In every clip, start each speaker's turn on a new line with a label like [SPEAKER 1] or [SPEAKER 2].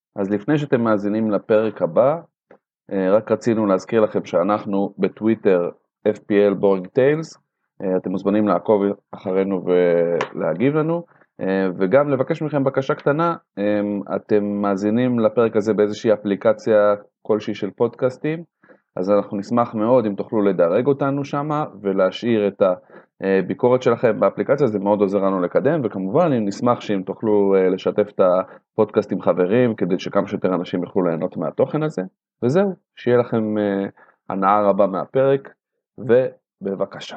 [SPEAKER 1] אז לפני שאתם מאזינים לפרק הבא, רק רצינו להזכיר לכם שאנחנו בטוויטר FPL Boring Tales, אתם מוזמנים לעקוב אחרינו ולהגיב לנו, וגם לבקש מכם בקשה קטנה, אתם מאזינים לפרק הזה באיזושהי אפליקציה כלשהי של פודקאסטים, אז אנחנו נשמח מאוד אם תוכלו לדרג אותנו שמה ולהשאיר את הביקורת שלכם באפליקציה, זה מאוד עוזר לנו לקדם, וכמובן נשמח שאם תוכלו לשתף את הפודקאסט עם חברים, כדי שכמה שיותר אנשים יוכלו ליהנות מהתוכן הזה, וזהו, שיהיה לכם הנאה רבה מהפרק, ובבקשה.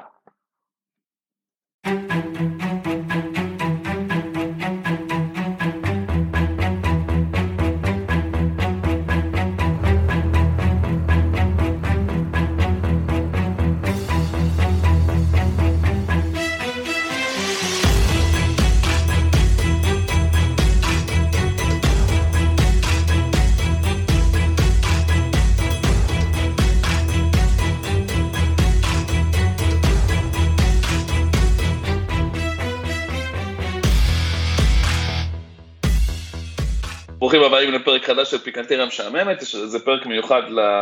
[SPEAKER 2] ברוכים הבאים לפרק חדש של פיקנטריה משעממת, זה פרק מיוחד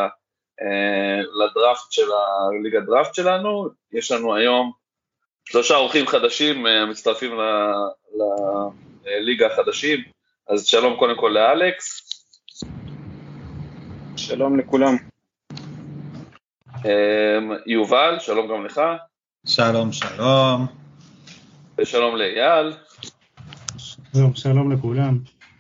[SPEAKER 2] לדראפט של הליגה דראפט שלנו. יש לנו היום 3 אורחים חדשים המצטרפים לליגה החדשים, אז שלום קודם כל לאלכס.
[SPEAKER 3] שלום לכולם.
[SPEAKER 2] יובל, שלום גם לך.
[SPEAKER 4] שלום, שלום.
[SPEAKER 2] ושלום לאייל.
[SPEAKER 5] שלום לכולם.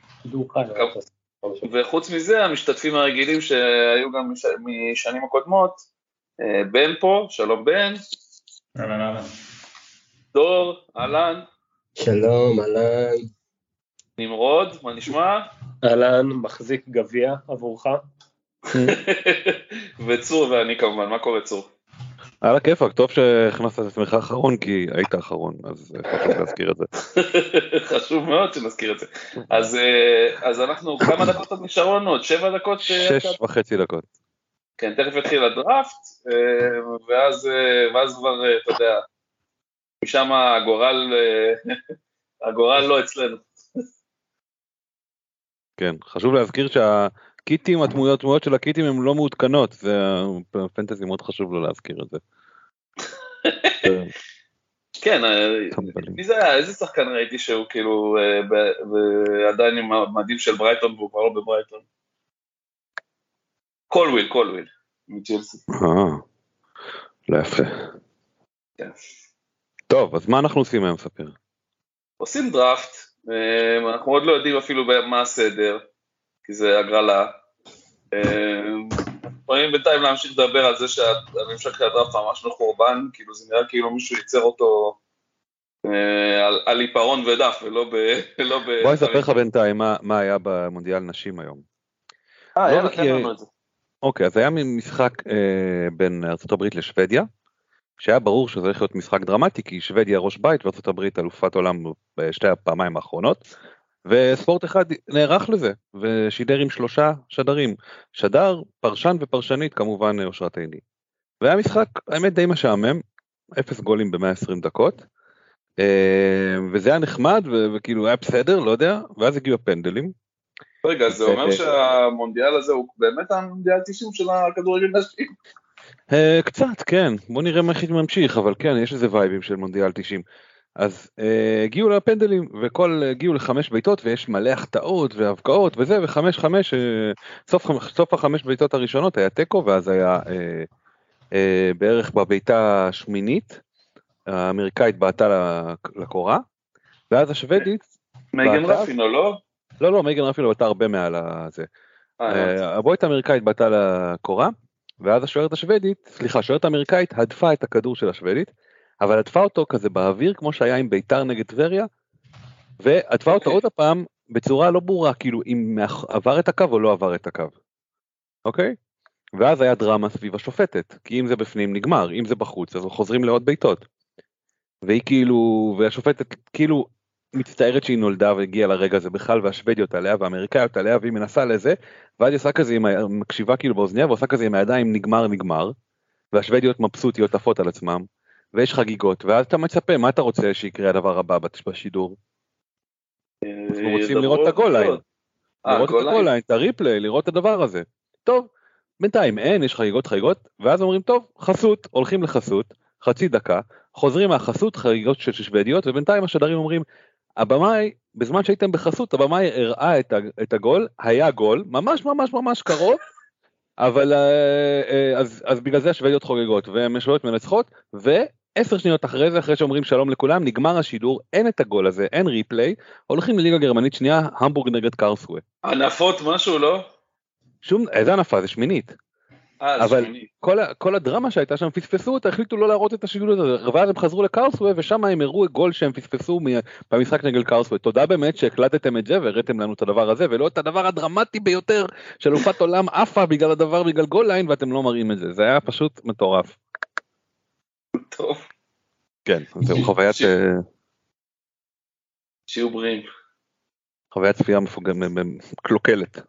[SPEAKER 2] וחוץ מזה, המשתתפים הרגילים שהיו גם משנים הקודמות, בן פה, שלום בן.
[SPEAKER 4] אהלן, אהלן.
[SPEAKER 2] דור, אהלן.
[SPEAKER 6] שלום, אהלן.
[SPEAKER 2] נמרוד, מה נשמע?
[SPEAKER 3] אהלן, מחזיק גביע עבורך.
[SPEAKER 2] וצור ואני כמובן, מה קורה צור?
[SPEAKER 1] על הכיפק, טוב שהכנסת את עצמך אחרון, כי היית אחרון, אז חשוב להזכיר את זה.
[SPEAKER 2] חשוב מאוד שנזכיר את זה. אז אנחנו, כמה דקות עוד נשארו לנו? עוד 7 דקות?
[SPEAKER 1] 6.5 דקות.
[SPEAKER 2] כן, תכף התחיל הדראפט, ואז כבר, אתה יודע, משם הגורל לא אצלנו.
[SPEAKER 1] כן, חשוב להזכיר שהקיטים, הדמויות של הקיטים הם לא מעודכנות, זה פנטזי מאוד חשוב לו להזכיר את זה.
[SPEAKER 2] כן, מי זה היה? איזה שחקן ראיתי שהוא כאילו עדיין עם המדים של ברייטון והוא כבר לא בברייטון? קולוויל, מצ'לסי.
[SPEAKER 1] לא יפה.
[SPEAKER 2] כן.
[SPEAKER 1] טוב, אז מה אנחנו עושים היום, ספיר?
[SPEAKER 2] עושים דראפט, אנחנו עוד לא יודעים אפילו מה הסדר, כי זה הגרלה. יכולים בינתיים להמשיך לדבר על זה שהממשק של הדראפט ממש מחורבן, כאילו זה נראה כאילו מישהו ייצר אותו על עיפרון ודף, ולא
[SPEAKER 1] בוא נספר לך בינתיים מה היה במונדיאל נשים היום.
[SPEAKER 2] יאללה, תן לנו את זה.
[SPEAKER 1] אוקיי, אז היה משחק בין ארצות הברית לשוודיה, שהיה ברור שזה הולך להיות משחק דרמטי, כי שוודיה ראש בית וארצות הברית אלופת עולם בשתי הפעמיים האחרונות, וספורט אחד נערך לזה, ושידר עם 3 שדרים, שדר, פרשן ופרשנית, כמובן אושרת עיני. והיה משחק, האמת די משעמם, 0 גולים ב-120 דקות, וזה היה נחמד, וכאילו היה בסדר, לא יודע, ואז הגיעו הפנדלים.
[SPEAKER 2] רגע, זה אומר שהמונדיאל הזה הוא באמת המונדיאל 90 של הכדורגל נשים?
[SPEAKER 1] קצת, כן, בוא נראה מה הכי ממשיך, אבל כן, יש איזה וייבים של מונדיאל 90. אז הגיעו לפנדלים, הגיעו ל5 בעיטות, ויש מלא החטאות והבקעות וזה, ו5-5, סוף ה5 בעיטות הראשונות היה טקו, ואז היה בערך בביתה השמינית, האמריקאית בעטה לקורה, ואז השוודית...
[SPEAKER 2] מייגן רפינו, לא?
[SPEAKER 1] לא, מייגן רפינו בעטה הרבה מעל הזה. הבועט האמריקאית בעטה לקורה, ואז השוערת האמריקאית הדפה את הכדור של השוודית, אבל הדפה אותו כזה באוויר, כמו שהיה עם ביתר נגד טבריה, והדפה אותו עוד הפעם בצורה לא ברורה, כאילו אם עבר את הקו או לא עבר את הקו. אוקיי? ואז היה דרמה סביב השופטת, כי אם זה בפנים נגמר, אם זה בחוץ, אז חוזרים לעוד ביתות. והיא כאילו, והשופטת כאילו מצטערת שהיא נולדה והגיעה לרגע הזה בכלל, והשוודיות עליה והאמריקאיות עליה, והיא מנסה לזה, ואז היא עושה כזה, מקשיבה כאילו באוזניה, ועושה כזה עם הידיים נגמר, והשוודיות מבסוטיות עפות על עצמם, ויש חגיגות, ואז אתה מצפה, מה אתה רוצה שיקרה הדבר הבא בשידור? אנחנו רוצים לראות את הגול ליין. לראות את הגול-ליין, את הריפלי, לראות את הדבר הזה. טוב, בינתיים אין, יש חגיגות, ואז אומרים, טוב, חסות, הולכים לחסות, חצי דקה, חוזרים מהחסות, חגיגות של שוודיות, ובינתיים השדרים אומרים, הבמאי, בזמן שהייתם בחסות, הבמאי הראה את הגול, היה גול, ממש ממש ממש קרוב, אבל אז בגלל זה השוודיות חוגגות, והן השוודיות מנצחות, ו10 שניות אחרי זה, אחרי שאומרים שלום לכולם, נגמר השידור, אין את הגול הזה, אין ריפליי, הולכים לליגה גרמנית שנייה, המבורג נגד קרסווה.
[SPEAKER 2] ענפות משהו, לא?
[SPEAKER 1] איזה ענפה? זה שמינית. אבל כל הדרמה שהייתה שם פספסו אותה, החליטו לא להראות את השידור הזה, ואז הם חזרו לקרסווה, ושם הם הראו גול שהם פספסו במשחק נגד קרסווה. תודה באמת שהקלטתם את זה, והראיתם לנו את הדבר הזה, ולא את הדבר הדרמטי ביותר, של אלופת עולם עפה בגלל גול ליין, ואתם לא מראים את זה. זה היה פשוט מטורף.
[SPEAKER 2] טוב.
[SPEAKER 1] כן, זהו חוויית...
[SPEAKER 2] שיהיו בריאים.
[SPEAKER 1] חוויית צפייה קלוקלת.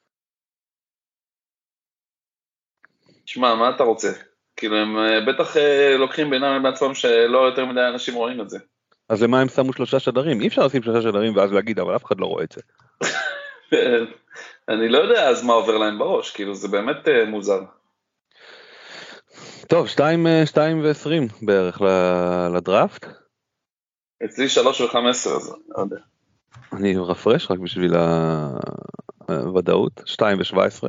[SPEAKER 2] שמע, מה אתה רוצה? כאילו הם בטח לוקחים בינם בעצמם שלא יותר מדי אנשים רואים את זה.
[SPEAKER 1] אז למה הם שמו 3 שדרים? אי אפשר לשים 3 שדרים ואז להגיד, אבל אף אחד לא רואה את זה.
[SPEAKER 2] אני לא יודע אז מה עובר להם בראש, כאילו זה באמת מוזר.
[SPEAKER 1] טוב, 2:20 בערך לדראפט.
[SPEAKER 2] אצלי 3:15, אז לא יודע.
[SPEAKER 1] אני רפרש רק בשביל הוודאות, 2:17.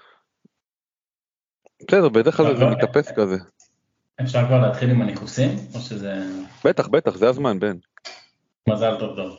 [SPEAKER 1] בסדר, בדרך כלל זה מתאפס כזה.
[SPEAKER 7] אפשר כבר להתחיל עם הניחוסים? או שזה...
[SPEAKER 1] בטח, זה הזמן, בן.
[SPEAKER 7] מזל טוב.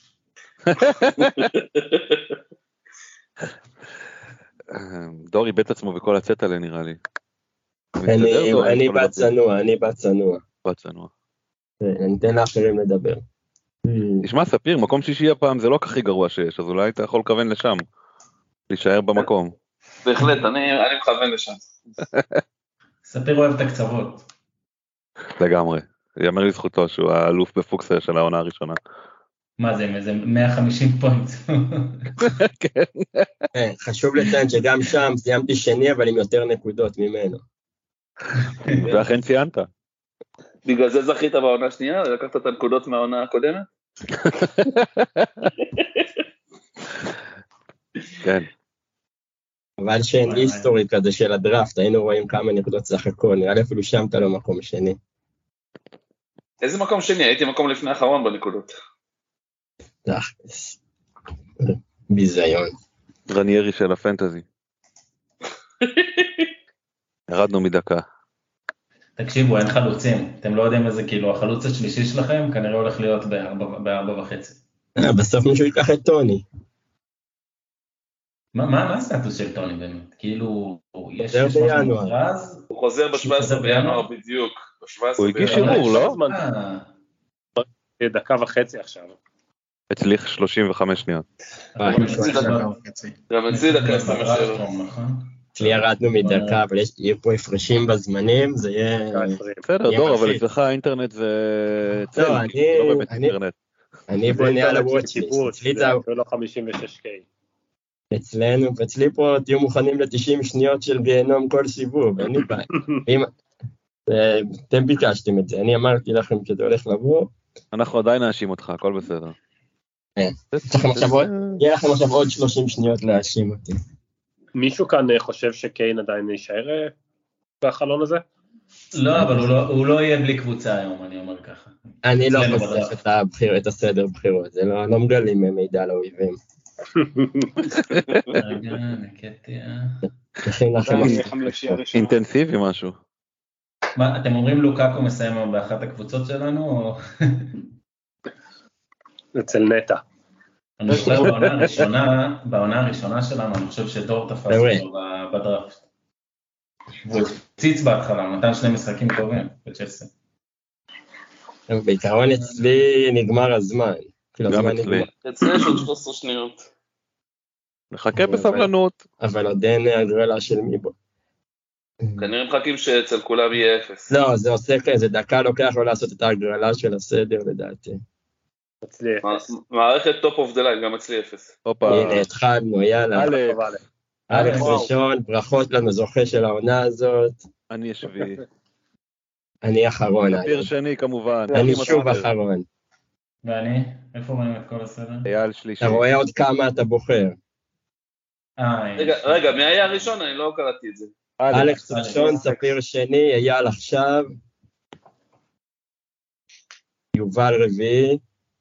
[SPEAKER 1] דור איבד את עצמו וכל הצאת עליה נראה לי.
[SPEAKER 6] אני בת צנוע. אני אתן לאחרים לדבר.
[SPEAKER 1] תשמע ספיר, מקום שישי הפעם זה לא הכי גרוע שיש, אז אולי אתה יכול לכוון לשם, להישאר במקום.
[SPEAKER 2] בהחלט, אני מכוון לשם.
[SPEAKER 7] ספיר אוהב את הקצוות.
[SPEAKER 1] לגמרי, יאמר לי זכותו שהוא האלוף בפוקסר של העונה הראשונה.
[SPEAKER 7] מה זה, איזה 150 פוינט?
[SPEAKER 6] כן. חשוב לציין שגם שם סיימתי שני, אבל עם יותר נקודות ממנו.
[SPEAKER 1] ואכן ציינת.
[SPEAKER 2] בגלל זה זכית בעונה השנייה? לקחת את הנקודות מהעונה הקודמת?
[SPEAKER 1] כן.
[SPEAKER 6] אבל שאין היסטורי כזה של הדראפט, היינו רואים כמה נקודות סך הכל, נראה לי אפילו שם אתה לא מקום שני.
[SPEAKER 2] איזה מקום שני? הייתי מקום לפני האחרון בנקודות.
[SPEAKER 6] ביזיון.
[SPEAKER 1] רניירי של הפנטזי. ירדנו מדקה.
[SPEAKER 7] תקשיבו, אין חלוצים. אתם לא יודעים איזה, כאילו, החלוץ השלישי שלכם כנראה הולך להיות ב4.5.
[SPEAKER 6] בסוף מישהו ייקח את טוני.
[SPEAKER 7] מה הסטטוס של טוני באמת? כאילו, יש
[SPEAKER 6] משהו מכרז?
[SPEAKER 2] הוא חוזר ב-17 בינואר בדיוק.
[SPEAKER 1] הוא הגיש ערעור, לא?
[SPEAKER 3] דקה וחצי עכשיו.
[SPEAKER 1] הצליח 35 שניות.
[SPEAKER 2] גם אצלי דקה 27.
[SPEAKER 6] אצלי ירדנו מדקה, אבל יהיו פה הפרשים בזמנים, זה יהיה...
[SPEAKER 1] בסדר, דור, אבל אצלך האינטרנט זה צל, לא באמת אינטרנט.
[SPEAKER 6] אני בונה על הוואטשליסט. אצלי זה...
[SPEAKER 3] לא 56K.
[SPEAKER 6] אצלי פה תהיו מוכנים ל-90 שניות של גיהנום כל סיבוב, אין לי בעיה. אתם ביקשתם את זה, אני אמרתי לכם שזה הולך לבוא.
[SPEAKER 1] אנחנו עדיין נאשים אותך, הכל בסדר.
[SPEAKER 6] יהיה לכם עכשיו עוד 30 שניות להאשים אותי.
[SPEAKER 3] מישהו כאן חושב שקיין עדיין יישאר בחלון הזה?
[SPEAKER 7] לא, אבל הוא לא יהיה בלי קבוצה היום, אני אומר ככה.
[SPEAKER 6] אני לא חושף את הסדר בחירות, זה לא מגלים מידע לאויבים.
[SPEAKER 7] רגע, נקטיה.
[SPEAKER 1] אינטנסיבי משהו.
[SPEAKER 7] מה, אתם אומרים לוקאקו מסיים באחת הקבוצות שלנו, או...
[SPEAKER 3] אצל נטע.
[SPEAKER 7] אני חושב בעונה הראשונה שלנו, אני חושב שדור תפס אותו בדראפט. והוא הציץ בהתחלה, הוא נתן 2 משחקים טובים בצ'לסי.
[SPEAKER 6] בעיקרון אצלי נגמר הזמן.
[SPEAKER 1] גם אצלי.
[SPEAKER 2] אצלי יש עוד 13 שניות.
[SPEAKER 1] נחכה בסבלנות.
[SPEAKER 6] אבל עוד אין הגרלה של מי בו.
[SPEAKER 2] כנראה מחכים שאצל כולם יהיה 0.
[SPEAKER 6] לא, זה עושה כזה, דקה לוקח לו לעשות את ההגרלה של הסדר לדעתי.
[SPEAKER 3] אצלי 0.
[SPEAKER 2] מערכת טופ אוף דה ליין, גם אצלי 0.
[SPEAKER 6] הנה, התחלנו, יאללה. אלף ראשון, ברכות לנו זוכה של העונה הזאת.
[SPEAKER 1] אני שביעי.
[SPEAKER 6] אני אחרון.
[SPEAKER 1] ספיר שני כמובן.
[SPEAKER 6] אני שוב אחרון.
[SPEAKER 7] ואני? איפה רואים את כל הסדר?
[SPEAKER 1] אייל שלישי.
[SPEAKER 6] אתה רואה עוד כמה אתה בוחר.
[SPEAKER 2] רגע, מי היה הראשון? אני לא קראתי את זה.
[SPEAKER 6] אלכס ראשון, ספיר שני, אייל עכשיו, יובל רביעי,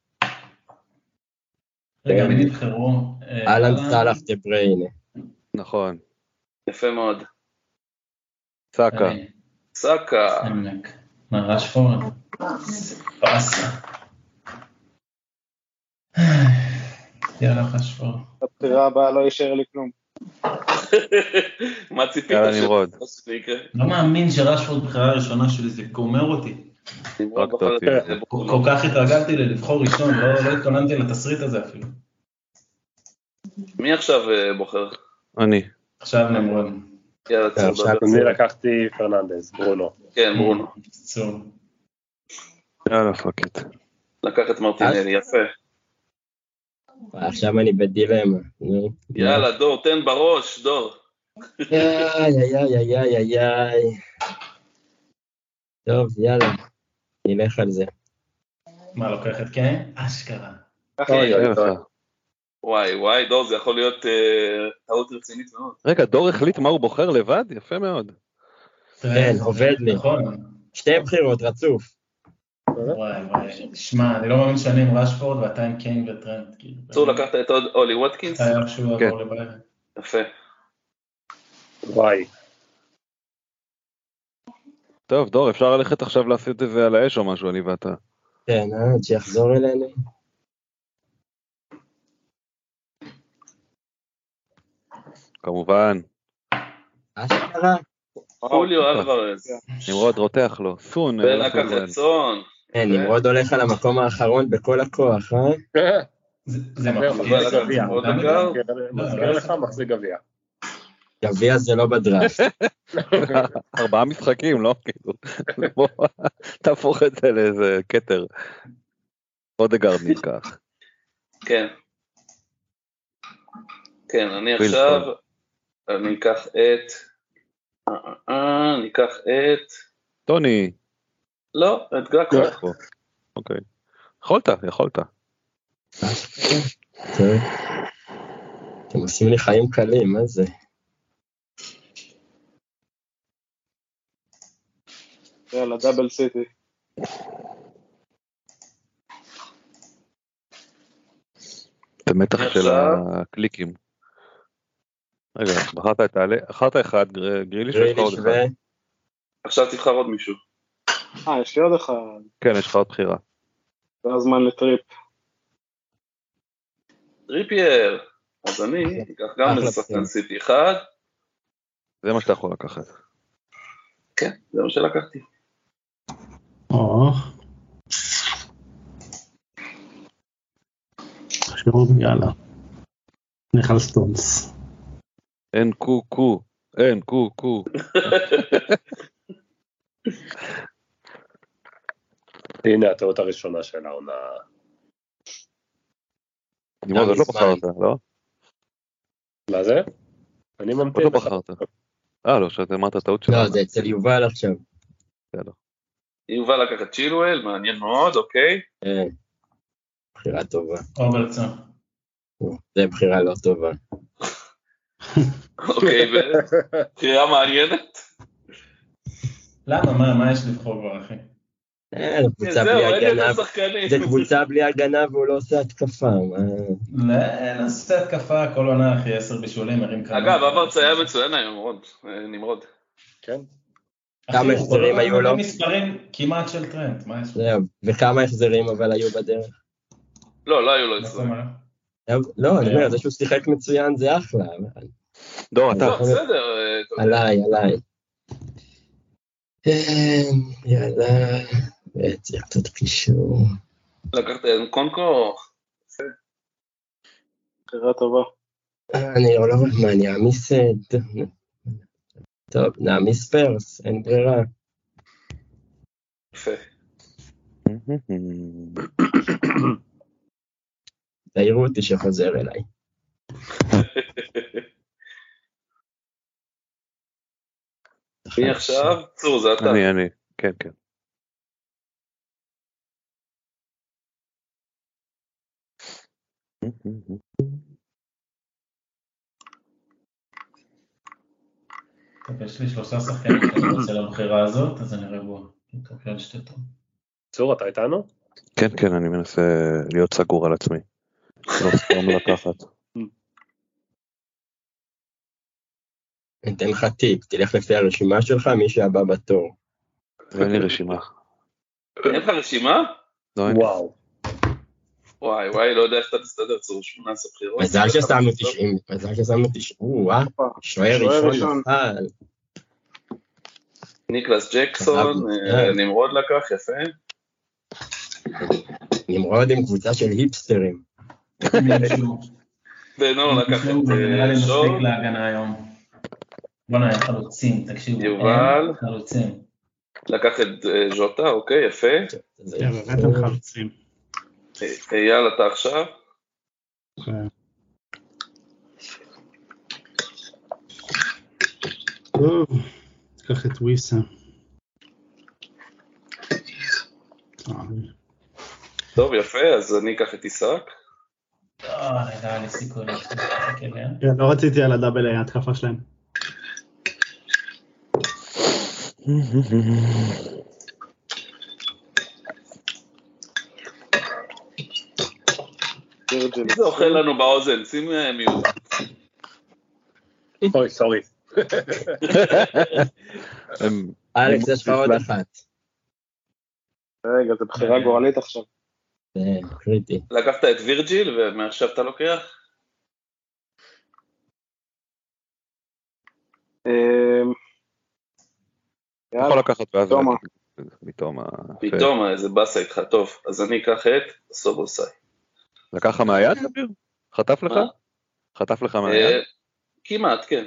[SPEAKER 7] רגע, מי נבחרו?
[SPEAKER 6] אלן סלאח דבריינה.
[SPEAKER 1] נכון.
[SPEAKER 2] יפה מאוד.
[SPEAKER 1] סאקה.
[SPEAKER 2] סאקה.
[SPEAKER 7] מה, רשפורד? פסה. יאללה, רשפורד.
[SPEAKER 5] הבחירה הבאה לא יישאר לי כלום.
[SPEAKER 2] מה ציפית?
[SPEAKER 1] יאללה, נמרוד.
[SPEAKER 7] לא מאמין שרשפורד בחירה הראשונה שלי, זה גומר אותי. כל כך התרגלתי לבחור ראשון, לא התכוננתי לתסריט הזה אפילו.
[SPEAKER 2] מי עכשיו בוחר?
[SPEAKER 1] אני.
[SPEAKER 7] עכשיו נמרוד.
[SPEAKER 3] אני לקחתי פרננדס, ברונו.
[SPEAKER 2] כן, ברונו.
[SPEAKER 1] יאללה, פאקט.
[SPEAKER 2] לקח את מרטינלי, יפה.
[SPEAKER 6] עכשיו אני בדילמה.
[SPEAKER 2] יאללה, דור, תן בראש, דור.
[SPEAKER 6] איי. טוב, יאללה. נלך על זה.
[SPEAKER 7] מה, לוקח את כן? אשכרה.
[SPEAKER 2] וואי, דור, זה יכול להיות טעות רצינית מאוד.
[SPEAKER 1] רגע, דור החליט מה הוא בוחר לבד? יפה מאוד.
[SPEAKER 6] כן, עובד לי. שתי בחירות, רצוף.
[SPEAKER 7] וואי, שמע, אני לא מאמין שאני עם רשפורד ואתה עם קיין וטרנט.
[SPEAKER 2] צור, לקחת את עוד אולי ווטקינס?
[SPEAKER 7] חייב שהוא עבור לבעיה.
[SPEAKER 2] יפה.
[SPEAKER 3] וואי.
[SPEAKER 1] טוב, דור, אפשר ללכת עכשיו לעשות את זה על האש או משהו, אני ואתה.
[SPEAKER 6] כן, שיחזור אלינו.
[SPEAKER 1] כמובן.
[SPEAKER 6] אשכרה.
[SPEAKER 2] חוליו אלוורז.
[SPEAKER 1] נמרוד רותח לו. סון.
[SPEAKER 2] ולקח את סון.
[SPEAKER 6] נמרוד הולך על המקום האחרון בכל הכוח,
[SPEAKER 7] זה מחזיר
[SPEAKER 3] גביע. מזכיר לך מחזיר גביע.
[SPEAKER 6] גביע זה לא בדראפט.
[SPEAKER 1] 4 משחקים, לא? בוא, תהפוך את זה לאיזה קטר. אודגרד ניקח.
[SPEAKER 2] כן. כן, אני עכשיו, אני אקח את...
[SPEAKER 1] טוני.
[SPEAKER 2] לא, את גאקו.
[SPEAKER 1] אוקיי. יכולת.
[SPEAKER 6] אתם עושים לי חיים קלים, מה זה?
[SPEAKER 5] יאללה, דאבל סיטי.
[SPEAKER 1] זה מתח של הקליקים. רגע, בחרת אחד, גריליש יש לך עוד אחד.
[SPEAKER 2] עכשיו תבחר עוד מישהו.
[SPEAKER 5] יש לי עוד אחד.
[SPEAKER 1] כן, יש לך עוד בחירה.
[SPEAKER 5] זה הזמן לטריפ.
[SPEAKER 2] טריפייר. אז אני אקח גם לשחקן סיטי אחד.
[SPEAKER 1] זה מה שאתה יכול לקחת.
[SPEAKER 2] כן, זה מה שלקחתי.
[SPEAKER 5] חשוב, יאללה. נחל סטונס.
[SPEAKER 1] אין קו.
[SPEAKER 3] הנה הטעות הראשונה של העונה.
[SPEAKER 1] נמרוד, עוד לא בחרת, לא?
[SPEAKER 3] מה זה? אני ממתין.
[SPEAKER 1] עוד לא בחרת. לא, שאתה אמרת טעות שלנו.
[SPEAKER 6] לא, זה אצל יובל עכשיו.
[SPEAKER 2] יובל לקח את צ'ילואל, מעניין מאוד, אוקיי.
[SPEAKER 6] בחירה טובה.
[SPEAKER 7] אוברצון.
[SPEAKER 6] זה בחירה לא טובה.
[SPEAKER 2] אוקיי, בחירה מעניינת.
[SPEAKER 7] למה? מה יש לבחור כבר, אחי?
[SPEAKER 6] זה קבוצה בלי הגנה והוא לא עושה התקפה.
[SPEAKER 7] לא עושה התקפה, כל עונה אחי 10 בישולים, מרים כמה.
[SPEAKER 2] אגב, אברץ היה מצוין היום, נמרוד.
[SPEAKER 3] כן.
[SPEAKER 6] כמה החזרים היו לו?
[SPEAKER 7] מספרים כמעט של טרנט, מה יש?
[SPEAKER 6] וכמה החזרים אבל היו בדרך?
[SPEAKER 2] לא היו לו החזרים.
[SPEAKER 6] לא, אני אומר, זה שהוא שיחק מצוין זה אחלה.
[SPEAKER 1] דור, אתה.
[SPEAKER 2] בסדר.
[SPEAKER 6] עליי. יאללה, צריך קצת קישור.
[SPEAKER 2] לקחת את קונקו?
[SPEAKER 5] בחירה טובה.
[SPEAKER 6] אני לא רואה מה, אני אעמיס... טוב, נעמיס פרס, אין ברירה.
[SPEAKER 2] יפה.
[SPEAKER 6] תראו אותי שחוזר אליי.
[SPEAKER 2] מי עכשיו? צור, זה אתה.
[SPEAKER 1] אני, כן.
[SPEAKER 7] טוב, יש לי 3 שחקנים שאני רוצה לבחירה הזאת, אז אני רגוע. תוקע על 2 טוב.
[SPEAKER 3] צור, אתה איתנו?
[SPEAKER 1] כן, כן, אני מנסה להיות סגור על עצמי. לא סתם לקחת.
[SPEAKER 6] אתן לך טיפ, תלך לפי הרשימה שלך, מי שהבא בתור.
[SPEAKER 1] אין לי רשימה.
[SPEAKER 2] אין לך רשימה?
[SPEAKER 1] לא, אין לי.
[SPEAKER 3] וואו.
[SPEAKER 2] וואי, לא יודע איך אתה תסתדר, צור 18 בחירות.
[SPEAKER 6] מזל ששמנו 90, שוער ראשון נפל.
[SPEAKER 2] ניקלס ג'קסון, נמרוד לקח, יפה.
[SPEAKER 6] נמרוד עם קבוצה של היפסטרים.
[SPEAKER 2] בנו לקח את
[SPEAKER 7] נראה לי
[SPEAKER 2] שור.
[SPEAKER 7] מספיק להגנה היום. בוא נראה, חלוצים, תקשיבו.
[SPEAKER 2] יובל.
[SPEAKER 7] חלוצים.
[SPEAKER 2] לקח את ז'וטה, אוקיי, יפה.
[SPEAKER 5] כן, באמת הם חלוצים.
[SPEAKER 2] אייל, אתה עכשיו?
[SPEAKER 5] טוב, ניקח את וויסה.
[SPEAKER 2] טוב, יפה, אז אני אקח את עיסק.
[SPEAKER 7] רגע, לי סיכוי להסתכל.
[SPEAKER 5] כן, לא רציתי על הדאבל איי, התקפה שלהם.
[SPEAKER 2] זה אוכל לנו באוזן, שים מיוט.
[SPEAKER 3] אוי, סורי.
[SPEAKER 6] אלכס, יש לך עוד אחת.
[SPEAKER 5] רגע, זו בחירה גורלית עכשיו.
[SPEAKER 6] זה קריטי.
[SPEAKER 2] לקחת את וירג'יל ומעכשיו אתה לוקח?
[SPEAKER 1] יכול לקחת ואז...
[SPEAKER 5] תומה.
[SPEAKER 2] פתאום, איזה באסה איתך, טוב. אז אני אקח את סובוסאי.
[SPEAKER 1] לקח לך מהיד, אביר? חטף לך? חטף לך מהיד?
[SPEAKER 2] כמעט, כן.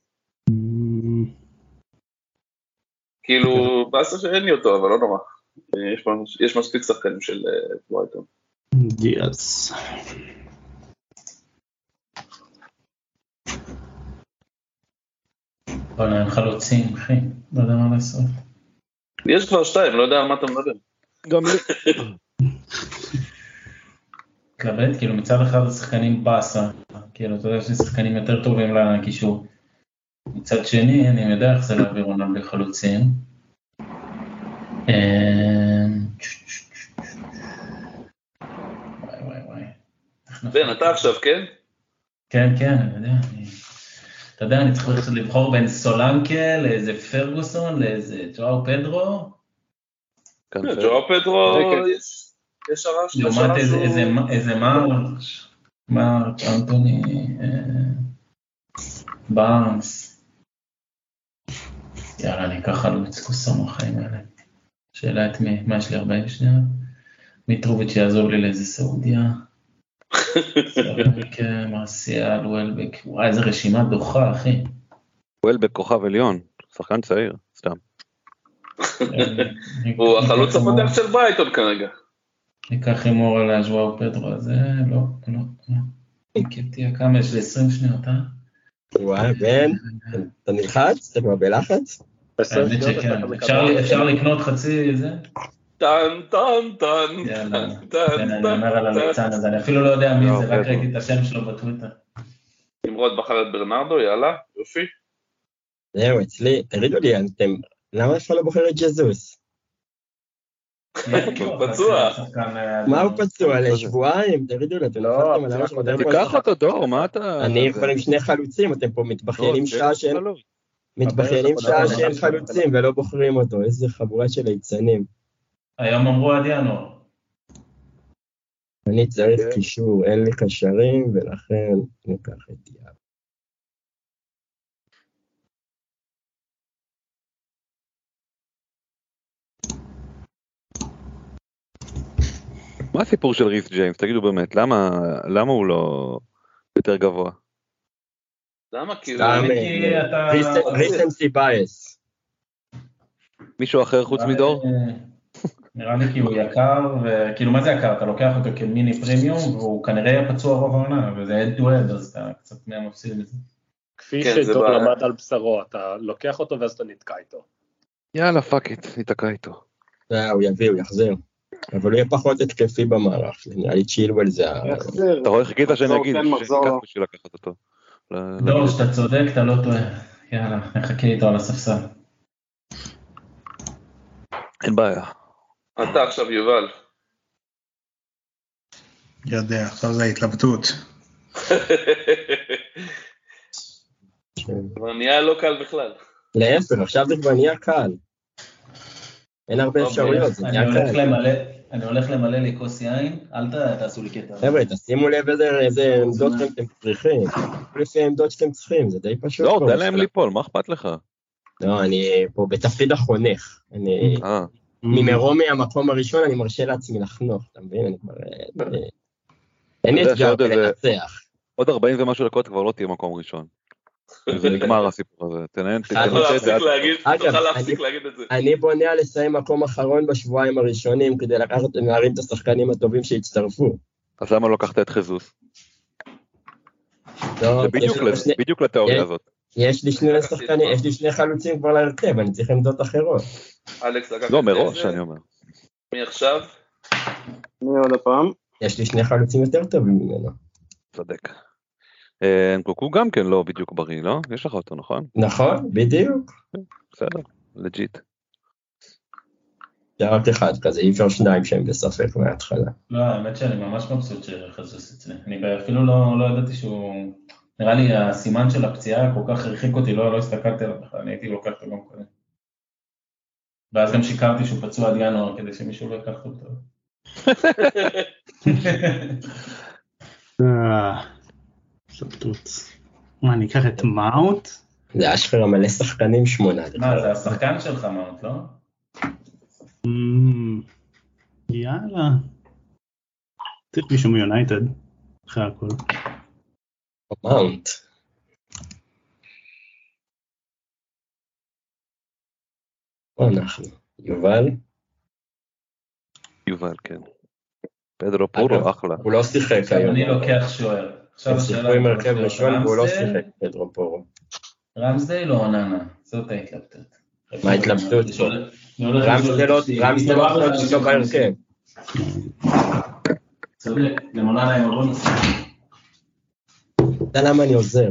[SPEAKER 2] כאילו, באסה שאין לי אותו, אבל לא נורא. יש מספיק שחקנים של ברייטון.
[SPEAKER 5] יס.
[SPEAKER 7] בוא נראה, חלוצים, אחי. לא יודע מה לעשות.
[SPEAKER 2] יש כבר 2, לא יודע על מה אתה מדבר.
[SPEAKER 1] גם לי.
[SPEAKER 7] מתלבט, כאילו מצד אחד השחקנים באסה, כאילו אתה יודע שיש שחקנים יותר טובים לקישור. מצד שני, אני יודע איך זה להעביר עונה בלי חלוצים. וואי.
[SPEAKER 2] בן, אתה עכשיו, כן?
[SPEAKER 7] כן, אני יודע. אתה יודע, אני צריך לבחור בין סולנקה לאיזה פרגוסון, לאיזה ג'ואו פדרו.
[SPEAKER 2] ג'ואו פדרו, יש הרש.
[SPEAKER 7] לעומת איזה מרק, אנטוני, בארנס. יאללה, אני אקח חלוץ קוסום החיים האלה. שאלה את מי, מה יש לי 40 שניות? מיטרוביץ' יעזור לי לאיזה סעודיה. סלאמיק, מרסיאל, וולבק. וואי, איזה רשימה דוחה, אחי.
[SPEAKER 1] וולבק כוכב עליון, שחקן צעיר, סתם.
[SPEAKER 2] הוא החלוץ הפותח של ברייטון כרגע.
[SPEAKER 7] ניקח הימור על הז'ואו פדרו הזה, לא. כמה יש לי 20 שניות,
[SPEAKER 6] וואי, בן, אתה נלחץ? אתה כבר בלחץ?
[SPEAKER 7] האמת שכן, אפשר לקנות חצי זה?
[SPEAKER 2] טן.
[SPEAKER 7] יאללה, אני אומר על הליצן הזה, אני אפילו לא יודע מי זה, רק ראיתי את השם שלו בטוויטר.
[SPEAKER 2] נמרוד בחר את ברנרדו, יאללה, יופי.
[SPEAKER 6] זהו, אצלי, תגידו לי, למה אפשר לא בוחר את ג'זוס?
[SPEAKER 2] פצוע.
[SPEAKER 6] מה הוא פצוע? לשבועיים? תגידו לי, אתם נפלתם על הראש מודרן.
[SPEAKER 1] תיקח אותו דור, מה אתה...
[SPEAKER 6] אני יכול עם 2 חלוצים, אתם פה מתבכיינים שעה שאין חלוצים ולא בוחרים אותו, איזה חבורה של ליצנים.
[SPEAKER 7] היום אמרו עד ינואר.
[SPEAKER 6] אני צריך קישור, אין לי קשרים, ולכן ניקח את יאב.
[SPEAKER 1] מה הסיפור של ריס ג'יימס? תגידו באמת, למה הוא לא יותר גבוה?
[SPEAKER 2] למה? כי
[SPEAKER 6] ריסנסי בייס.
[SPEAKER 1] מישהו אחר חוץ מדור?
[SPEAKER 7] נראה לי כי הוא יקר, וכאילו מה זה יקר? אתה לוקח אותו כמיני פרימיום, והוא כנראה יהיה פצוע רוב העונה, וזה עד טו עד, אז אתה קצת מפסיד את זה.
[SPEAKER 3] כפי שדור למד על בשרו, אתה לוקח אותו ואז אתה נתקע איתו.
[SPEAKER 1] יאללה, פאק איט, נתקע איתו.
[SPEAKER 6] הוא יביא, הוא יחזר. אבל הוא יהיה פחות התקפי במערך, נראה לי צ'ילואל זה...
[SPEAKER 1] אתה רואה חיכית שאני אגיד, שניקח בשביל לקחת אותו.
[SPEAKER 7] לא, שאתה צודק, אתה לא טועה. יאללה, נחכה איתו על הספסל.
[SPEAKER 1] אין בעיה.
[SPEAKER 2] אתה עכשיו יובל.
[SPEAKER 4] יודע, עכשיו זה ההתלבטות.
[SPEAKER 2] כבר נהיה לא קל בכלל.
[SPEAKER 6] להפך, עכשיו זה כבר נהיה קל. אין הרבה אפשרויות, זה נהיה קל.
[SPEAKER 7] אני הולך למלא לי כוס יין, אל תעשו לי קטע.
[SPEAKER 6] חבר'ה, תשימו לב איזה עמדות שאתם צריכים. לפי העמדות שאתם צריכים, זה די פשוט.
[SPEAKER 1] לא, תן להם ליפול, מה אכפת לך?
[SPEAKER 6] לא, אני פה בתפקיד החונך. ממרומי המקום הראשון אני מרשה לעצמי לחנוך, אתה מבין? אני כבר... אין לי אתגר לנצח.
[SPEAKER 1] עוד 40 ומשהו דקות כבר לא תהיה מקום ראשון. זה נגמר הסיפור הזה.
[SPEAKER 2] תוכל להפסיק להגיד את זה.
[SPEAKER 6] אני בונה על לסיים מקום אחרון בשבועיים הראשונים, כדי להרים את השחקנים הטובים שהצטרפו.
[SPEAKER 1] אז למה לא לקחת את חזוס? זה בדיוק לתיאוריה הזאת.
[SPEAKER 6] יש לי שני שחקנים, יש לי שני חלוצים כבר להרכב, אני צריך עמדות אחרות.
[SPEAKER 2] אלכס,
[SPEAKER 1] לא, מראש אני אומר.
[SPEAKER 2] מי עכשיו?
[SPEAKER 5] מי עוד הפעם?
[SPEAKER 6] יש לי שני חלוצים יותר טובים ממנו.
[SPEAKER 1] צדק. קוקו גם כן לא בדיוק בריא, לא? יש לך אותו, נכון?
[SPEAKER 6] נכון, בדיוק.
[SPEAKER 1] בסדר, לג'יט.
[SPEAKER 6] זה רק אחד כזה, אי אפשר שניים שהם בספק מההתחלה.
[SPEAKER 7] לא, האמת שאני ממש מבסוט שחזוס אצלי. אני אפילו לא ידעתי שהוא... נראה לי הסימן של הפציעה כל כך הרחיק אותי, לא הסתכלתי עליו בכלל, אני הייתי לוקח אותו גם קודם. ואז גם שיקרתי שהוא פצוע עד ינואר, כדי שמישהו לא יקח אותו.
[SPEAKER 5] שבתות. מה, אני אקח את מאונט?
[SPEAKER 6] זה אשכרה מלא שחקנים 8.
[SPEAKER 7] מה, זה השחקן שלך מאונט, לא?
[SPEAKER 5] יאללה. צריך מישהו מיונייטד, אחרי הכל.
[SPEAKER 6] מאונט. אנחנו. יובל?
[SPEAKER 1] יובל, כן. פדרו פורו, אחלה.
[SPEAKER 6] הוא לא שיחק היום.
[SPEAKER 7] אני לוקח שוער.
[SPEAKER 6] הם שיחקו עם הרכב ראשון והוא לא שיחק, פדרו פורו.
[SPEAKER 7] רמסדייל או אוננה? זאת ההתלבטות.
[SPEAKER 6] מה ההתלבטות? רמסדייל לא בהרכב.
[SPEAKER 7] צודק, למוננה עם אוננה.
[SPEAKER 6] אתה למה אני עוזר?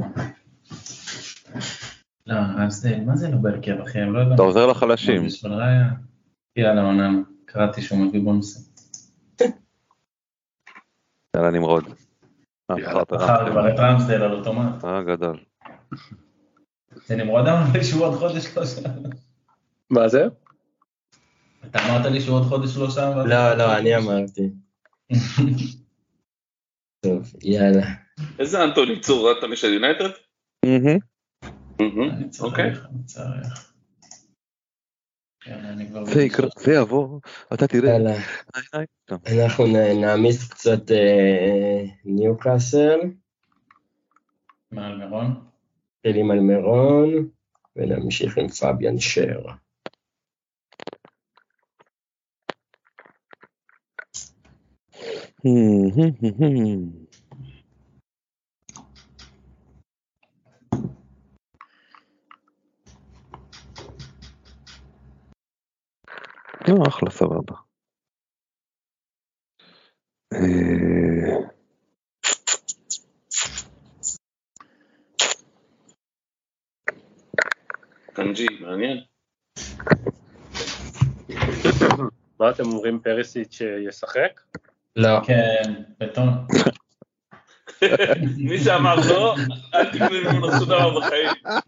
[SPEAKER 7] לא, רמסדייל, מה זה לא בהרכב אחי?
[SPEAKER 1] אתה עוזר לחלשים.
[SPEAKER 7] יאללה אוננה, קראתי שהוא מביא בונוסים.
[SPEAKER 1] יאללה נמרוד.
[SPEAKER 7] אחר כבר את רמסדייל על אוטומט.
[SPEAKER 1] גדול.
[SPEAKER 7] זה נמרוד אמר לי שהוא עוד חודש לא שם.
[SPEAKER 3] מה זה?
[SPEAKER 7] אתה אמרת לי שהוא עוד חודש לא שם?
[SPEAKER 6] לא, אני אמרתי. טוב, יאללה.
[SPEAKER 2] איזה אנטוני צור, אתה משל יונייטד?
[SPEAKER 7] אוקיי.
[SPEAKER 1] זה יעבור, אתה תראה.
[SPEAKER 6] אנחנו נעמיס קצת ניוקאסל.
[SPEAKER 7] מה על מירון?
[SPEAKER 6] תלים על מירון, ונמשיך עם פאביאן שר.
[SPEAKER 1] אחלה, סבבה.
[SPEAKER 2] קנג'י, מעניין.
[SPEAKER 3] מה אתם אומרים, פריסיץ' ישחק?
[SPEAKER 6] לא.
[SPEAKER 7] כן, בטון.
[SPEAKER 2] מי שאמר לא, אל תקנו ממנו שום דבר בחיים.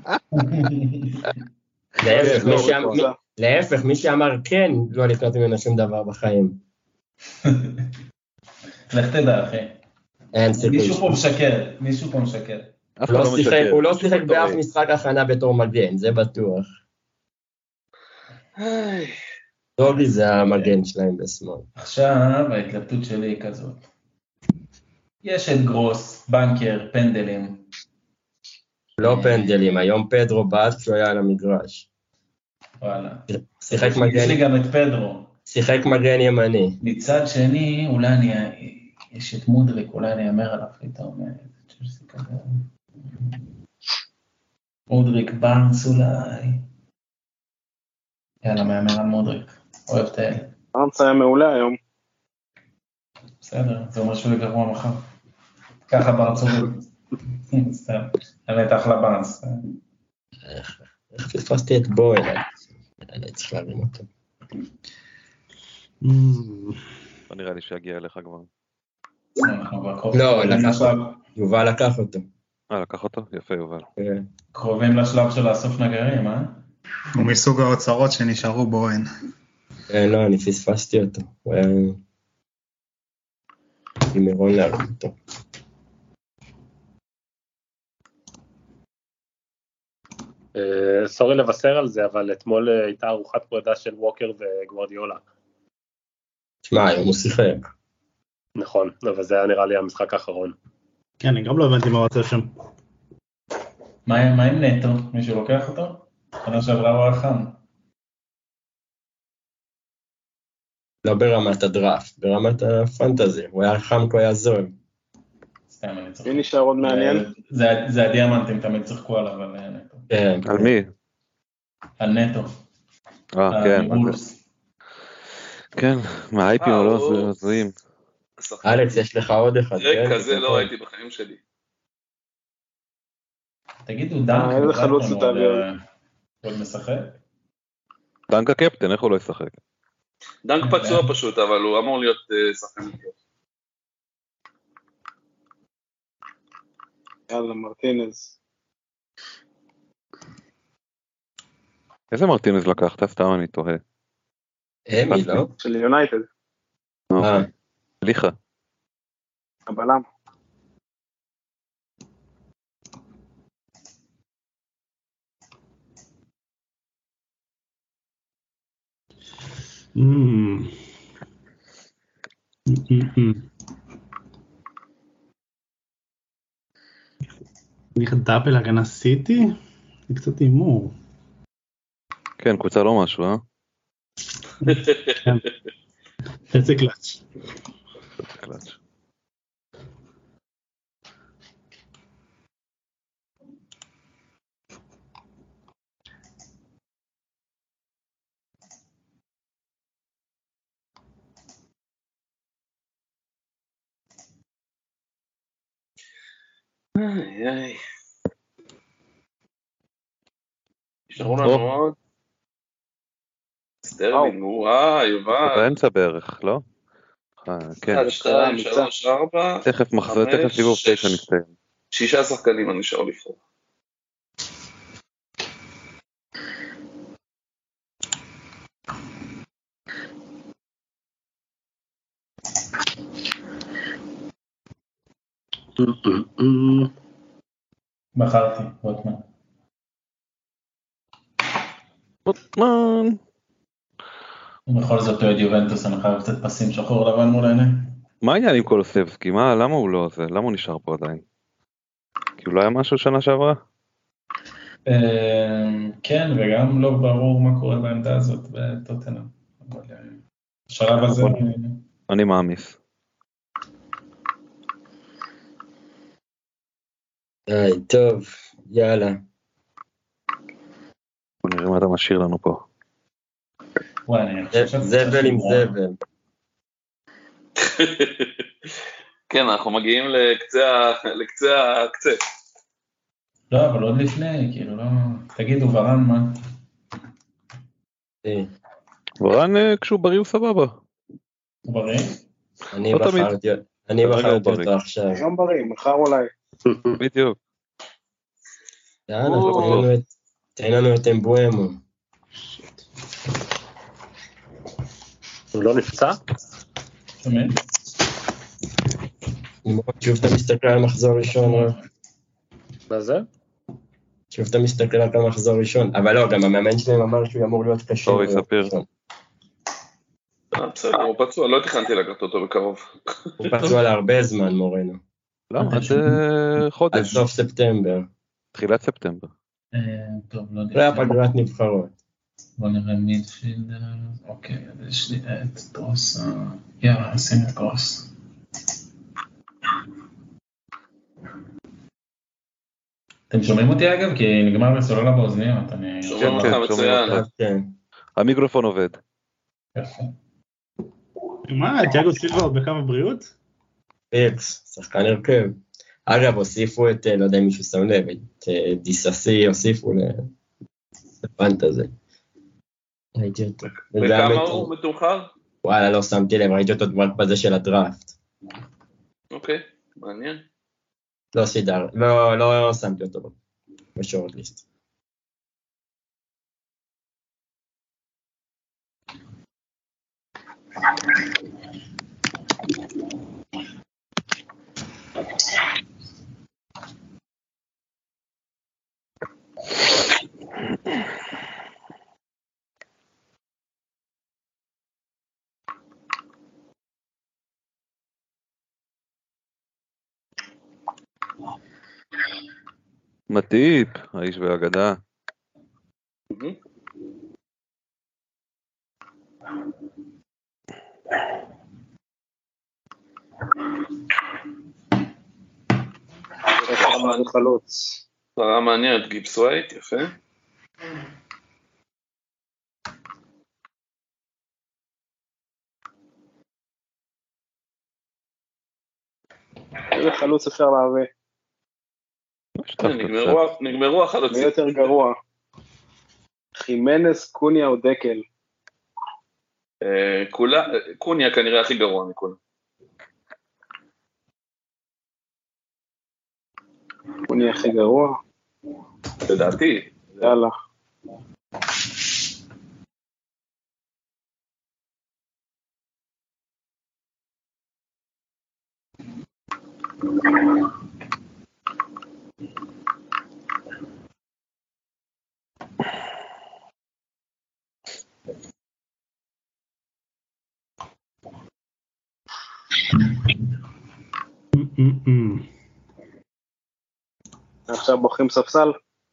[SPEAKER 6] להפך, מי שאמר כן, לא לקנות ממנו שום דבר בחיים.
[SPEAKER 7] לך תדע, אחי.
[SPEAKER 6] אין סיכוי.
[SPEAKER 7] מישהו פה משקר.
[SPEAKER 6] הוא לא שיחק באף משחק הכנה בתור מגן, זה בטוח. דוגי זה המגן שלהם בשמאל.
[SPEAKER 7] עכשיו ההתלבטות שלי היא כזאת. יש את גרוס, בנקר, פנדלים.
[SPEAKER 6] לא פנדלים, היום פדרו בעט כשהוא היה על המגרש.
[SPEAKER 7] וואלה.
[SPEAKER 6] שיחק מגן.
[SPEAKER 7] יש לי גם את פדרו.
[SPEAKER 6] שיחק מגן ימני.
[SPEAKER 7] מצד שני, אולי יש את מודריק, אולי אני אמר עליו פתאום. מודריק, בארנס אולי. יאללה, מאמר על מודריק. אוהב את האלה.
[SPEAKER 5] בארנס היה מעולה היום.
[SPEAKER 7] בסדר, זה אומר שהוא יגרוע מחר. ככה בארצות. סתם, האמת אחלה בארנס.
[SPEAKER 6] איך פספסתי את בוהן? אני צריך להרים אותו.
[SPEAKER 1] לא נראה לי שיגיע אליך כבר.
[SPEAKER 6] לא, יובל לקח אותו.
[SPEAKER 1] לקח אותו? יפה יובל.
[SPEAKER 7] קרובים לשלב של לאסוף נגרים, אה?
[SPEAKER 4] הוא מסוג האוצרות שנשארו בוהן.
[SPEAKER 6] לא, אני פספסתי אותו. הוא היה עם מירון להרים אותו.
[SPEAKER 3] סורי לבשר על זה, אבל אתמול הייתה ארוחת פרידה של ווקר וגוורדיולה.
[SPEAKER 6] תשמע, היום הוא שיחק.
[SPEAKER 3] נכון, אבל זה היה נראה לי המשחק האחרון.
[SPEAKER 5] כן, אני גם לא הבנתי מה רוצה שם.
[SPEAKER 7] מה עם נטו? מישהו לוקח אותו? שנה שעברה הוא היה חם.
[SPEAKER 6] לא ברמת הדראפט, ברמת הפנטזי. הוא היה חם כי הוא היה זול.
[SPEAKER 7] סתם, אני צריך...
[SPEAKER 3] מי נשאר עוד מעניין?
[SPEAKER 7] זה הדיאמנטים, תמיד צחקו עליו על נטו.
[SPEAKER 6] כן.
[SPEAKER 1] על מי?
[SPEAKER 7] על נטו.
[SPEAKER 1] כן. כן, מהאייפים או לא זוהים.
[SPEAKER 6] אלכס, יש לך עוד אחד.
[SPEAKER 2] כזה לא ראיתי בחיים שלי.
[SPEAKER 7] תגידו, דנק,
[SPEAKER 3] איזה חלוץ אתה
[SPEAKER 7] עוד משחק?
[SPEAKER 1] דנק הקפטן, איך הוא לא ישחק?
[SPEAKER 2] דנק פצוע פשוט, אבל הוא אמור להיות שחקן טוב.
[SPEAKER 3] יאללה, מרטינז.
[SPEAKER 1] איזה מרטינז לקחת? סתם אני תוהה.
[SPEAKER 6] מי לא?
[SPEAKER 3] של יונייטד.
[SPEAKER 1] ליחה.
[SPEAKER 3] הבלם.
[SPEAKER 5] אני דאבל הגנה סיטי? זה קצת אימור.
[SPEAKER 1] כן, קבוצה לא משהו, אה?
[SPEAKER 5] איזה קלאץ'.
[SPEAKER 1] קלאץ'.
[SPEAKER 2] איי. נשארו לנו עוד. סטרלינג, יובל.
[SPEAKER 1] באמצע בערך, לא? כן.
[SPEAKER 2] 2, 3, 4.
[SPEAKER 1] תכף סיבוב 9 נסתיים.
[SPEAKER 2] 6 שחקנים אני נשאר לבחור.
[SPEAKER 7] בחרתי, רוטמן. ובכל זאת אוהד יובנטוס, אני חייב קצת פסים שחור לבן מול העיניים.
[SPEAKER 1] מה העניין עם קולוסבסקי? למה הוא לא זה? למה הוא נשאר פה עדיין? כי הוא לא היה משהו שנה שעברה?
[SPEAKER 7] כן, וגם לא ברור מה קורה בעמדה הזאת בטוטנהאם. בשלב הזה...
[SPEAKER 1] אני מאמיס.
[SPEAKER 6] טוב, יאללה.
[SPEAKER 1] בוא נראה מה אתה משאיר לנו פה.
[SPEAKER 6] זבל עם זבל.
[SPEAKER 2] כן, אנחנו מגיעים לקצה הקצה.
[SPEAKER 7] לא, אבל עוד לפני, כאילו, לא... תגידו, ורן, מה?
[SPEAKER 1] ורן, כשהוא בריא הוא סבבה.
[SPEAKER 7] הוא בריא?
[SPEAKER 6] אני בחרתי אותו עכשיו.
[SPEAKER 3] גם בריא, מחר אולי.
[SPEAKER 1] בדיוק.
[SPEAKER 6] יאללה, תן לנו את אמבואמו.
[SPEAKER 3] הוא לא נפצע?
[SPEAKER 7] תמיד.
[SPEAKER 6] שוב אתה מסתכל על מחזור ראשון.
[SPEAKER 3] מה זה?
[SPEAKER 6] שוב אתה מסתכל על המחזור ראשון. אבל לא, גם המאמן שלהם אמר שהוא אמור להיות קשה.
[SPEAKER 1] אורי ספיר.
[SPEAKER 2] בסדר, הוא פצוע, לא תכנתי לקחת אותו בקרוב.
[SPEAKER 6] הוא פצוע להרבה זמן, מורנו.
[SPEAKER 1] למה? עד חודש.
[SPEAKER 6] עד סוף ספטמבר.
[SPEAKER 1] תחילת ספטמבר.
[SPEAKER 7] טוב, לא יודע.
[SPEAKER 6] זה הפגרת נבחרות.
[SPEAKER 7] בוא נראה מידפילדר. אוקיי, אז יש לי את דרוס. יאללה, נשים את דרוס. אתם שומעים אותי אגב? כי נגמר בסוללה באוזניות.
[SPEAKER 2] שומעים אותך מצוין.
[SPEAKER 1] המיקרופון עובד.
[SPEAKER 7] יפה.
[SPEAKER 5] מה, תיאגו סילבה עוד בכמה בריאות?
[SPEAKER 6] פיקס, שחקן הרכב. אגב, הוסיפו את, לא יודע אם מישהו שם לב, את דיססי הוסיפו לפנט הזה. ראיתי אותו.
[SPEAKER 2] וכמה הוא מתומחר?
[SPEAKER 6] וואלה, לא שמתי לב, ראיתי אותו רק בזה של הדראפט.
[SPEAKER 2] אוקיי, מעניין.
[SPEAKER 6] לא שמתי אותו בשורט ליסט.
[SPEAKER 1] מטיפ, האיש והאגדה.
[SPEAKER 2] שרה מעניינת, גיבס ווייט, יפה.
[SPEAKER 3] איזה חלוץ אפשר להביא?
[SPEAKER 2] נגמרו החלוצים.
[SPEAKER 3] מי יותר גרוע? חימנס, קוניה או דקל?
[SPEAKER 2] קוניה כנראה הכי גרוע מכולם.
[SPEAKER 3] קוניה הכי גרוע?
[SPEAKER 2] לדעתי.
[SPEAKER 3] יאללה. עכשיו בוחרים ספסל?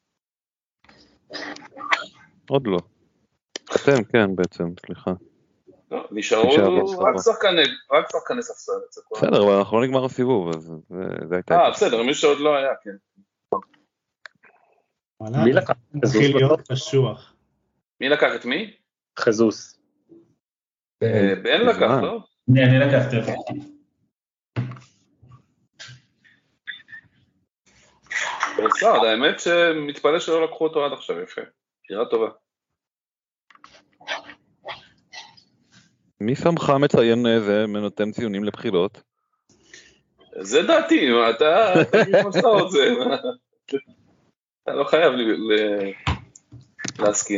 [SPEAKER 1] עוד לא. אתם כן בעצם, סליחה.
[SPEAKER 2] נשארו רק שחקני ספסל.
[SPEAKER 1] בסדר, אבל אנחנו לא נגמר הסיבוב, אז זה הייתה...
[SPEAKER 2] בסדר, מי שעוד לא היה, כן.
[SPEAKER 3] מי לקח?
[SPEAKER 5] מתחיל להיות קשוח.
[SPEAKER 2] מי לקח את מי?
[SPEAKER 3] חזוס.
[SPEAKER 2] בן לקח, לא?
[SPEAKER 7] אני לקחתי אותו.
[SPEAKER 2] בסדר, האמת שמתפלא שלא לקחו אותו עד עכשיו, יפה. בחירה טובה.
[SPEAKER 1] מי שמך מציין איזה מנותן ציונים לבחירות?
[SPEAKER 2] זה דעתי, אתה תגיד מה זה. אתה לא חייב להסכים.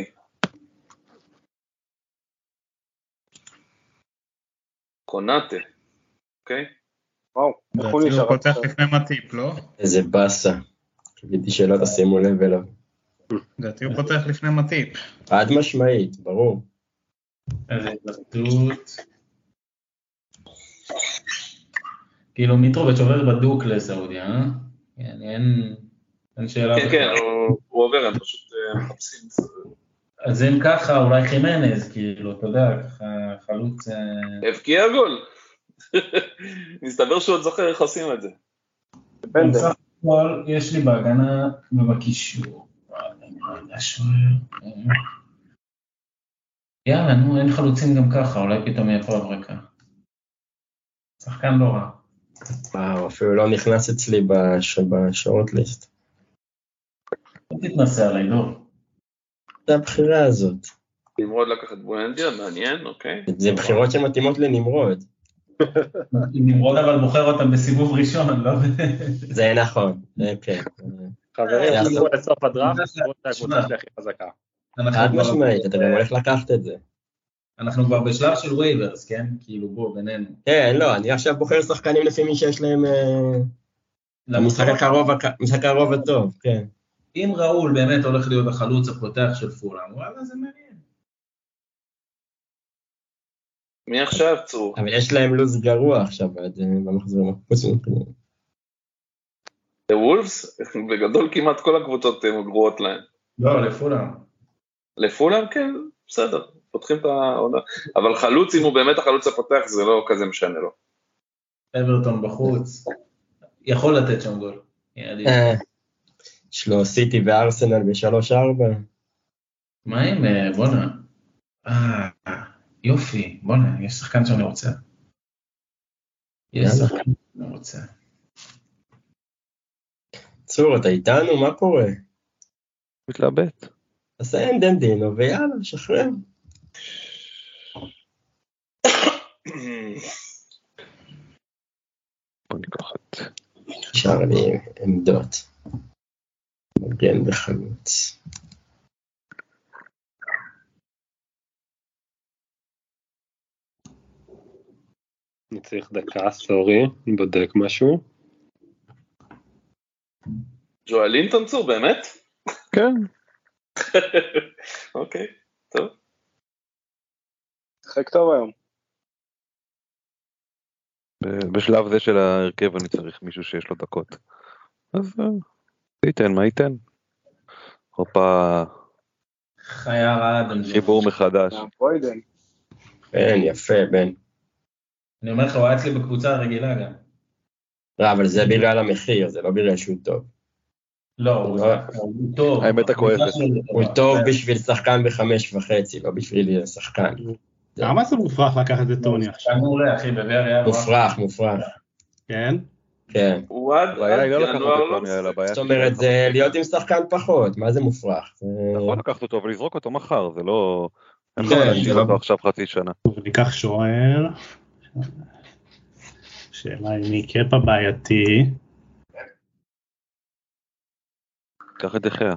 [SPEAKER 2] קונאטה, אוקיי?
[SPEAKER 3] וואו,
[SPEAKER 4] הוא פותח לפני מטיפ, לא?
[SPEAKER 6] איזה בסה. קיוויתי שלא תשימו לב אליו.
[SPEAKER 4] לדעתי הוא פותח לפני מטיפ.
[SPEAKER 6] חד משמעית, ברור.
[SPEAKER 7] איזה התלבטות. כאילו מיטרוביץ' עובר בדוק לסעודיה, אין שאלה.
[SPEAKER 2] כן, כן, הוא עובר, הם פשוט מחפשים.
[SPEAKER 7] אז אם ככה, אולי חימנז, כאילו, אתה יודע, ככה חלוץ...
[SPEAKER 2] הבקיע גול. מסתבר שהוא עוד זוכר איך עושים את זה.
[SPEAKER 7] בסך הכל, יש לי בהגנה ובקישור. יאללה, נו, אין חלוצים גם ככה, אולי פתאום יהיה פה הברקה. שחקן לא רע.
[SPEAKER 6] וואו, אפילו לא נכנס אצלי בשורט ליסט.
[SPEAKER 7] לא תתנסה עליי, דור.
[SPEAKER 6] זה הבחירה הזאת.
[SPEAKER 2] נמרוד לקחת בואנדיה, מעניין, אוקיי.
[SPEAKER 6] זה בחירות שמתאימות לנמרוד.
[SPEAKER 7] נמרוד אבל בוחר אותם בסיבוב ראשון, לא?
[SPEAKER 6] זה נכון, כן.
[SPEAKER 3] חברים, תשמעו לסוף הדראפט, תשמעו את הקבוצה שלי הכי חזקה.
[SPEAKER 6] חד משמעית, אתה גם הולך לקחת את זה.
[SPEAKER 7] אנחנו כבר בשלב של וייברס, כן? כאילו בוא, בינינו.
[SPEAKER 6] כן, לא, אני עכשיו בוחר שחקנים לפי מי שיש להם... המשחק הקרוב הטוב, כן.
[SPEAKER 7] אם ראול באמת הולך להיות החלוץ הפותח של פולאם, וואלה, זה מעניין.
[SPEAKER 2] מי עכשיו צור?
[SPEAKER 6] אבל יש להם לוז גרוע עכשיו, במחזורים.
[SPEAKER 2] וולפס? בגדול כמעט כל הקבוצות גרועות להם.
[SPEAKER 7] לא, לפולאם.
[SPEAKER 2] לפולאם, כן, בסדר. פותחים את העונה. אבל חלוץ, אם הוא באמת החלוץ הפותח, זה לא כזה משנה לו.
[SPEAKER 7] אברטון בחוץ. יכול לתת שם גול.
[SPEAKER 6] יש לו סיטי וארסנל ב3-4.
[SPEAKER 7] מה עם בונה? יופי, בונה, יש שחקן שאני רוצה. יש שחקן שאני רוצה.
[SPEAKER 6] צור, אתה איתנו? מה קורה?
[SPEAKER 1] מתלבט.
[SPEAKER 6] עשה אנדנדינו ויאללה, שחרר.
[SPEAKER 1] בוא ניקח את...
[SPEAKER 6] נשאר לי עמדות. מגן וחלוץ.
[SPEAKER 3] אני צריך דקה, סורי, אני בודק משהו.
[SPEAKER 2] ג'ואלינטון צור, באמת?
[SPEAKER 1] כן.
[SPEAKER 2] אוקיי, טוב.
[SPEAKER 8] שחק טוב היום.
[SPEAKER 1] בשלב זה של ההרכב אני צריך מישהו שיש לו דקות. אז ייתן, מה ייתן? הופה.
[SPEAKER 7] חיה רעד.
[SPEAKER 1] חיבור מחדש.
[SPEAKER 6] בן, יפה, בן.
[SPEAKER 7] אני אומר לך, הוא היה אצלי בקבוצה הרגילה גם.
[SPEAKER 6] לא, אבל זה בגלל המחיר, זה לא בגלל שהוא טוב.
[SPEAKER 7] לא, הוא טוב.
[SPEAKER 1] האמת הכואבת.
[SPEAKER 6] הוא טוב בשביל שחקן ב5.5, לא בשביל שחקן.
[SPEAKER 5] למה זה מופרך לקחת את טוני עכשיו?
[SPEAKER 7] שחקן מעולה, אחי, בוויאריאל.
[SPEAKER 6] מופרך.
[SPEAKER 5] כן?
[SPEAKER 6] כן.
[SPEAKER 1] הבעיה היא לא לקחת את טוני, אלא הבעיה...
[SPEAKER 6] זאת אומרת, זה להיות עם שחקן פחות, מה זה מופרך?
[SPEAKER 1] נכון לקחת אותו ולזרוק אותו מחר, זה לא... הם
[SPEAKER 6] כן,
[SPEAKER 1] לא נשאיר אותו עכשיו חצי שנה.
[SPEAKER 5] וניקח שוער. שאלה אם היא קפה בעייתי.
[SPEAKER 1] קח את דחיה.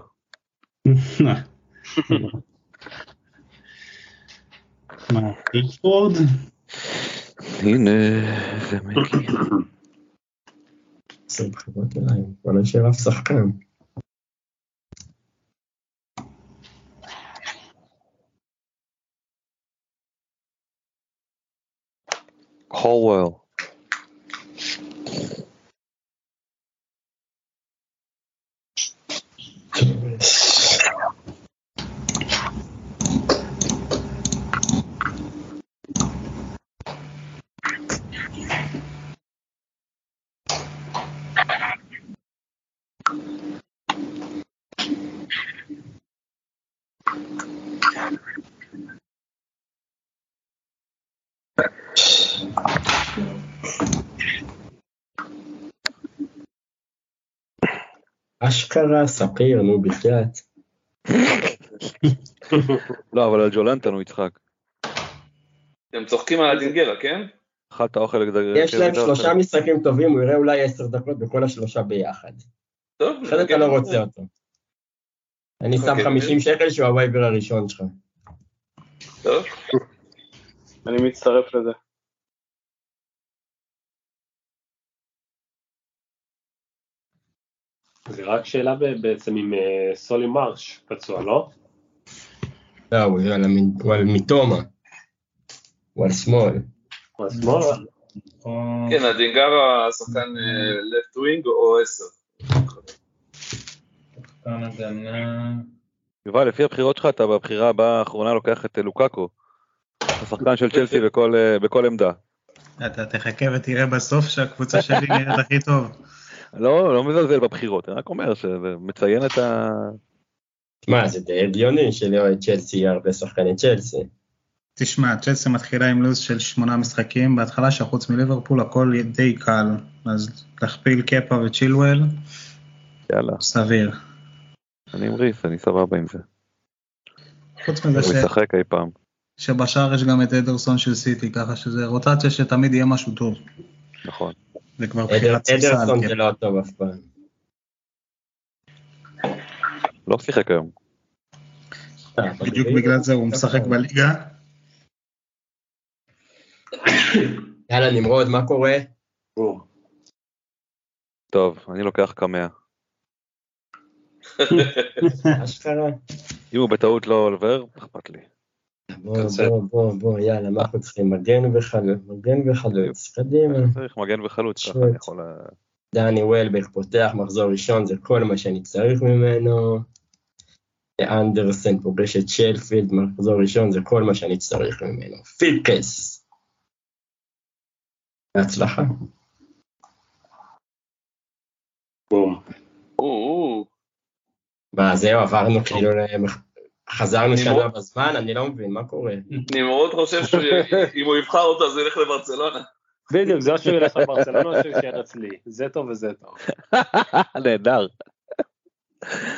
[SPEAKER 5] מה, פיקפורד?
[SPEAKER 1] הנה, זה מגיע.
[SPEAKER 6] זה בחירות אליי, בוא נשאר אף שחקן.
[SPEAKER 1] קולוול.
[SPEAKER 6] אשכרה, ספיר, נו בחייאת.
[SPEAKER 1] לא, אבל על ג'ולנטון הוא יצחק.
[SPEAKER 2] אתם צוחקים על הדינגלה, כן?
[SPEAKER 1] אכלת אוכל...
[SPEAKER 6] יש להם 3 משחקים טובים, הוא יראה אולי 10 דקות בכל ה3 ביחד.
[SPEAKER 2] טוב.
[SPEAKER 6] אחרת אתה לא רוצה אותו. אני שם 50 שקל שהוא הווייבר הראשון שלך.
[SPEAKER 2] טוב.
[SPEAKER 8] אני מצטרף לזה.
[SPEAKER 3] זה רק שאלה בעצם עם סולי מרש פצוע, לא?
[SPEAKER 6] לא, הוא על מיטומה. הוא על שמאל.
[SPEAKER 3] הוא על שמאל?
[SPEAKER 2] כן, הדינגר השחקן לפט ווינג או 10.
[SPEAKER 1] יובל, לפי הבחירות שלך, אתה בבחירה הבאה האחרונה לוקח את לוקאקו, השחקן של צ'לסי בכל עמדה.
[SPEAKER 4] אתה תחכה ותראה בסוף שהקבוצה שלי נראית הכי טוב.
[SPEAKER 1] לא מזלזל בבחירות, אני רק אומר שמציין את ה...
[SPEAKER 6] מה, זה די הגיוני שלאוהד צ'לסי הרבה שחקני צ'לסי.
[SPEAKER 4] תשמע, צ'לסי מתחילה עם לוז של 8 משחקים, בהתחלה שחוץ מליברפול הכל די קל, אז תכפיל קפה וצ'ילואל,
[SPEAKER 1] יאללה.
[SPEAKER 4] סביר.
[SPEAKER 1] אני אמריס, אני סבבה עם זה.
[SPEAKER 4] חוץ מזה
[SPEAKER 1] הוא ישחק אי פעם.
[SPEAKER 4] שבשאר יש גם את אדרסון של סיטי, ככה שזה רוטציה שתמיד יהיה משהו טוב.
[SPEAKER 1] נכון.
[SPEAKER 4] זה כבר בחירת ספסל.
[SPEAKER 6] אדרסון זה לא טוב אף פעם.
[SPEAKER 1] לא שיחק היום.
[SPEAKER 4] בדיוק בגלל זה הוא משחק בליגה.
[SPEAKER 6] יאללה נמרוד, מה קורה?
[SPEAKER 1] טוב, אני לוקח קמאה.
[SPEAKER 6] אשכרה.
[SPEAKER 1] אם הוא בטעות לא עובר, אכפת לי.
[SPEAKER 6] בוא, יאללה, מה אנחנו צריכים? מגן וחלוץ, קדימה.
[SPEAKER 1] צריך מגן וחלוץ, ככה אני יכול...
[SPEAKER 6] דני וולבק פותח, מחזור ראשון, זה כל מה שאני צריך ממנו. אנדרסן פוגש את שלפילד, מחזור ראשון, זה כל מה שאני צריך ממנו. פילקס. בהצלחה.
[SPEAKER 3] בום.
[SPEAKER 6] מה, זהו, עברנו כאילו, חזרנו שנה בזמן, אני לא מבין, מה קורה?
[SPEAKER 2] נמרוד חושב שאם הוא יבחר אותו, זה ילך לברצלונה.
[SPEAKER 3] בדיוק, זה או שהוא ילך לברצלונה או שהוא יישאר אצלי. זה טוב וזה טוב.
[SPEAKER 1] נהדר.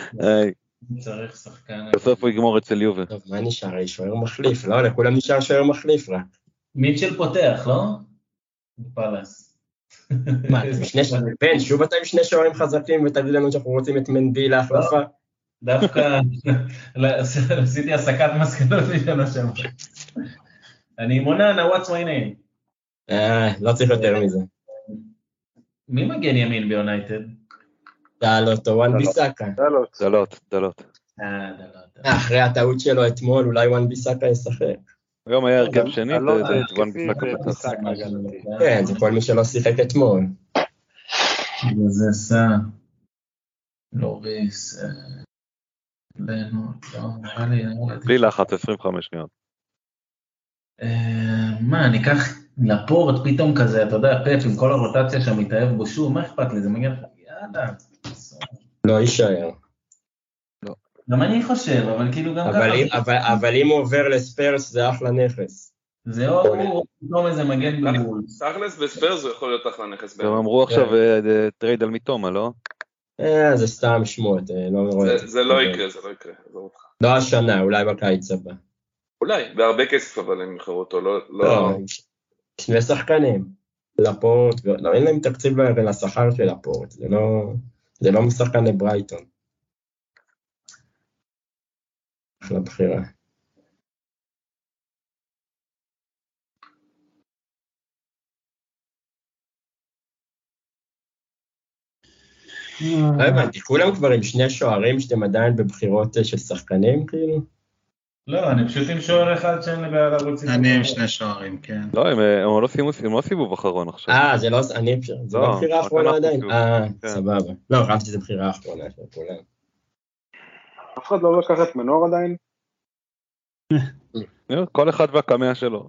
[SPEAKER 7] צריך שחקן.
[SPEAKER 1] בסוף הוא יגמור אצל יובל.
[SPEAKER 6] טוב, מה נשאר? שוער מחליף, לא? לכולם נשאר שוער מחליף רק.
[SPEAKER 7] מיטשל פותח, לא? פלס.
[SPEAKER 6] מה, בן, שוב אתה עם שני שוערים חזקים ותגיד לנו שאנחנו רוצים את מנדי להחלפה?
[SPEAKER 7] דווקא עשיתי הסקת מסקנות משנה שם. אני מוננה, what's my name?
[SPEAKER 6] לא צריך יותר מזה.
[SPEAKER 7] מי מגן ימין ביונייטד?
[SPEAKER 6] דלות או וואן ביסאקה.
[SPEAKER 1] דלות.
[SPEAKER 6] אחרי הטעות שלו אתמול, אולי וואן ביסאקה ישחק.
[SPEAKER 1] היום היה הרכב שני, וואן ביסאקה.
[SPEAKER 6] כן, זה כל מי שלא שיחק אתמול.
[SPEAKER 7] זה סע. לוריס. לנו, לא, נראה לי.
[SPEAKER 1] בלי לחץ, 25 שניות.
[SPEAKER 7] מה, אני אקח לפורט פתאום כזה, אתה יודע, פאפ עם כל הרוטציה שם מתאהב בו שוב, מה אכפת לי? זה מגיע לך, יאללה.
[SPEAKER 6] לא יישאר.
[SPEAKER 7] גם אני חושב, אבל כאילו גם ככה.
[SPEAKER 6] אבל אם הוא עובר לספרס זה אחלה נכס.
[SPEAKER 7] זה או פתאום איזה מגן בגבול.
[SPEAKER 2] תכלס בספרס הוא יכול להיות אחלה נכס.
[SPEAKER 1] הם אמרו עכשיו טרייד על מיטומה, לא?
[SPEAKER 6] זה סתם שמות.
[SPEAKER 2] זה לא יקרה, זה לא יקרה.
[SPEAKER 6] לא השנה, אולי בקיץ הבא.
[SPEAKER 2] אולי, בהרבה כסף אבל הם יחרו אותו,
[SPEAKER 6] לא. שני שחקנים. לפורט, לא, אין להם תקציב לשכר של לפורט, זה לא משחקן לברייטון. אחלה בחירה. לא הבנתי, כולם כבר עם שני שוערים שאתם עדיין בבחירות של שחקנים כאילו?
[SPEAKER 7] לא, אני פשוט עם שוער אחד שאין לי בעיה רוצים.
[SPEAKER 4] אני עם שני שוערים, כן.
[SPEAKER 1] לא, הם לא סיבוב אחרון עכשיו.
[SPEAKER 6] זה לא בחירה האחרונה עדיין? סבבה. לא, חשבתי שזה בחירה האחרונה של כולם.
[SPEAKER 8] אף אחד לא לקח את מנור עדיין?
[SPEAKER 1] כל אחד והקמע שלו.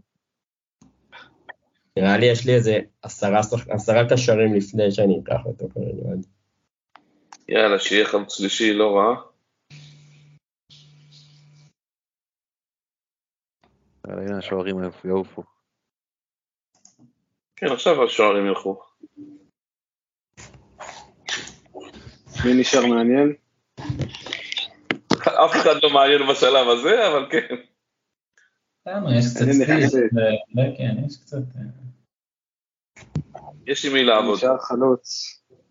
[SPEAKER 6] נראה לי יש לי איזה 10 קשרים לפני שאני אקח אותו כרגע.
[SPEAKER 2] יאללה, שיהיה חלוץ שלישי, לא רע.
[SPEAKER 1] הנה השוערים יעופו.
[SPEAKER 2] כן, עכשיו השוערים ילכו.
[SPEAKER 8] מי נשאר מעניין?
[SPEAKER 2] אף אחד לא מעניין בשלב הזה, אבל כן.
[SPEAKER 7] יש קצת סטיל. כן, יש קצת.
[SPEAKER 2] יש עם מי לעבוד.
[SPEAKER 8] נשאר חלוץ.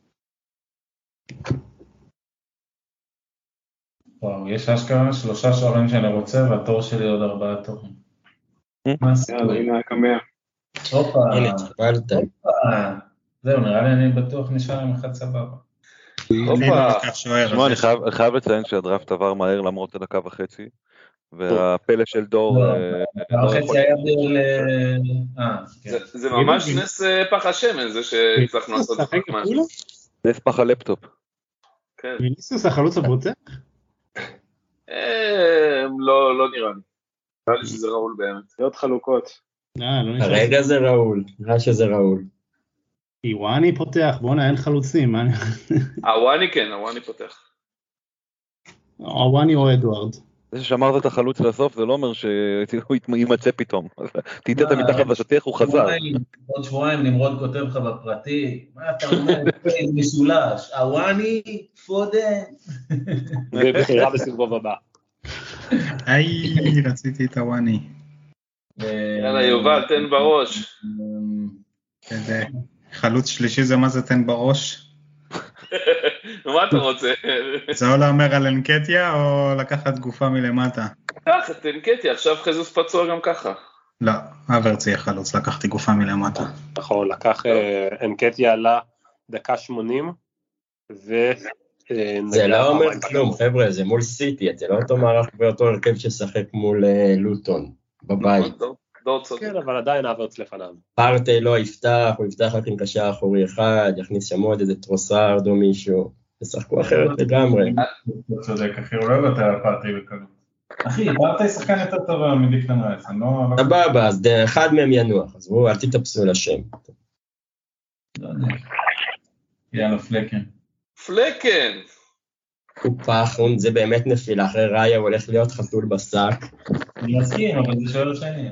[SPEAKER 7] וואו, יש אשכרה 3 שוערים שאני רוצה, והתור שלי עוד 4 תורים. מה הסיפור?
[SPEAKER 8] הנה הקמע.
[SPEAKER 6] הנה, קיבלת.
[SPEAKER 7] זהו, נראה לי אני בטוח נשאר עם אחד סבבה.
[SPEAKER 1] שמע, אני חייב לציין שהדראפט עבר מהר למרות הדקה וחצי, והפלא של דור...
[SPEAKER 7] וחצי היה
[SPEAKER 2] זה ממש נס פח השמן, זה שהצלחנו לעשות את משהו.
[SPEAKER 1] נס פח הלפטופ.
[SPEAKER 5] ויניסיוס החלוץ הפוצע?
[SPEAKER 2] לא נראה לי. נראה לי שזה ראול באמת.
[SPEAKER 8] להיות חלוקות.
[SPEAKER 6] הרגע זה ראול, נראה שזה ראול.
[SPEAKER 5] וואני פותח, בוא'נה, אין חלוצים.
[SPEAKER 2] הוואני כן, הוואני פותח.
[SPEAKER 5] הוואני או אדוארד.
[SPEAKER 1] זה ששמרת את החלוץ לסוף, זה לא אומר שהוא יימצא פתאום. תיתן את המתחת לשטיח, הוא חזר.
[SPEAKER 7] עוד שבועיים נמרוד כותב לך בפרטי, מה אתה אומר? משולש, הוואני, פודן.
[SPEAKER 3] ובחירה בסיבוב הבא.
[SPEAKER 4] רציתי את הוואני.
[SPEAKER 2] יאללה, יובל, תן בראש.
[SPEAKER 4] חלוץ שלישי זה מה זה תן בראש?
[SPEAKER 2] מה אתה רוצה?
[SPEAKER 4] זה או לאמר על אנקטיה או לקחת גופה מלמטה?
[SPEAKER 2] קח את אנקטיה, עכשיו חזוס פצוע גם ככה.
[SPEAKER 4] לא, אברץ יהיה חלוץ, לקחתי גופה מלמטה.
[SPEAKER 3] נכון, לקח אנקטיה עלה דקה 80,
[SPEAKER 6] זה לא אומר כלום, חבר'ה, זה מול סיטי, זה לא אותו מערך באותו הרכב ששחק מול לוטון, בבית.
[SPEAKER 3] כן, אבל עדיין אברץ לפניו.
[SPEAKER 6] פרטי לא יפתח, הוא יפתח רק עם קשר אחורי אחד, יכניס שם עוד איזה טרוסארד או מישהו, תשחקו אחרת לגמרי.
[SPEAKER 7] צודק, אחי, הוא לא יודע פרטי בקלות. אחי, פרטי שחקן יותר טוב מדיקלן רייס, אני לא...
[SPEAKER 6] סבבה, אז אחד מהם ינוח, אז בואו, אל תתאפסו לשם.
[SPEAKER 7] יאללה, פלקן.
[SPEAKER 2] פלקן!
[SPEAKER 6] פחון, זה באמת נפילה, אחרי ראיה הוא הולך להיות חתול בשק.
[SPEAKER 7] אני מסכים, אבל זה שואל שני.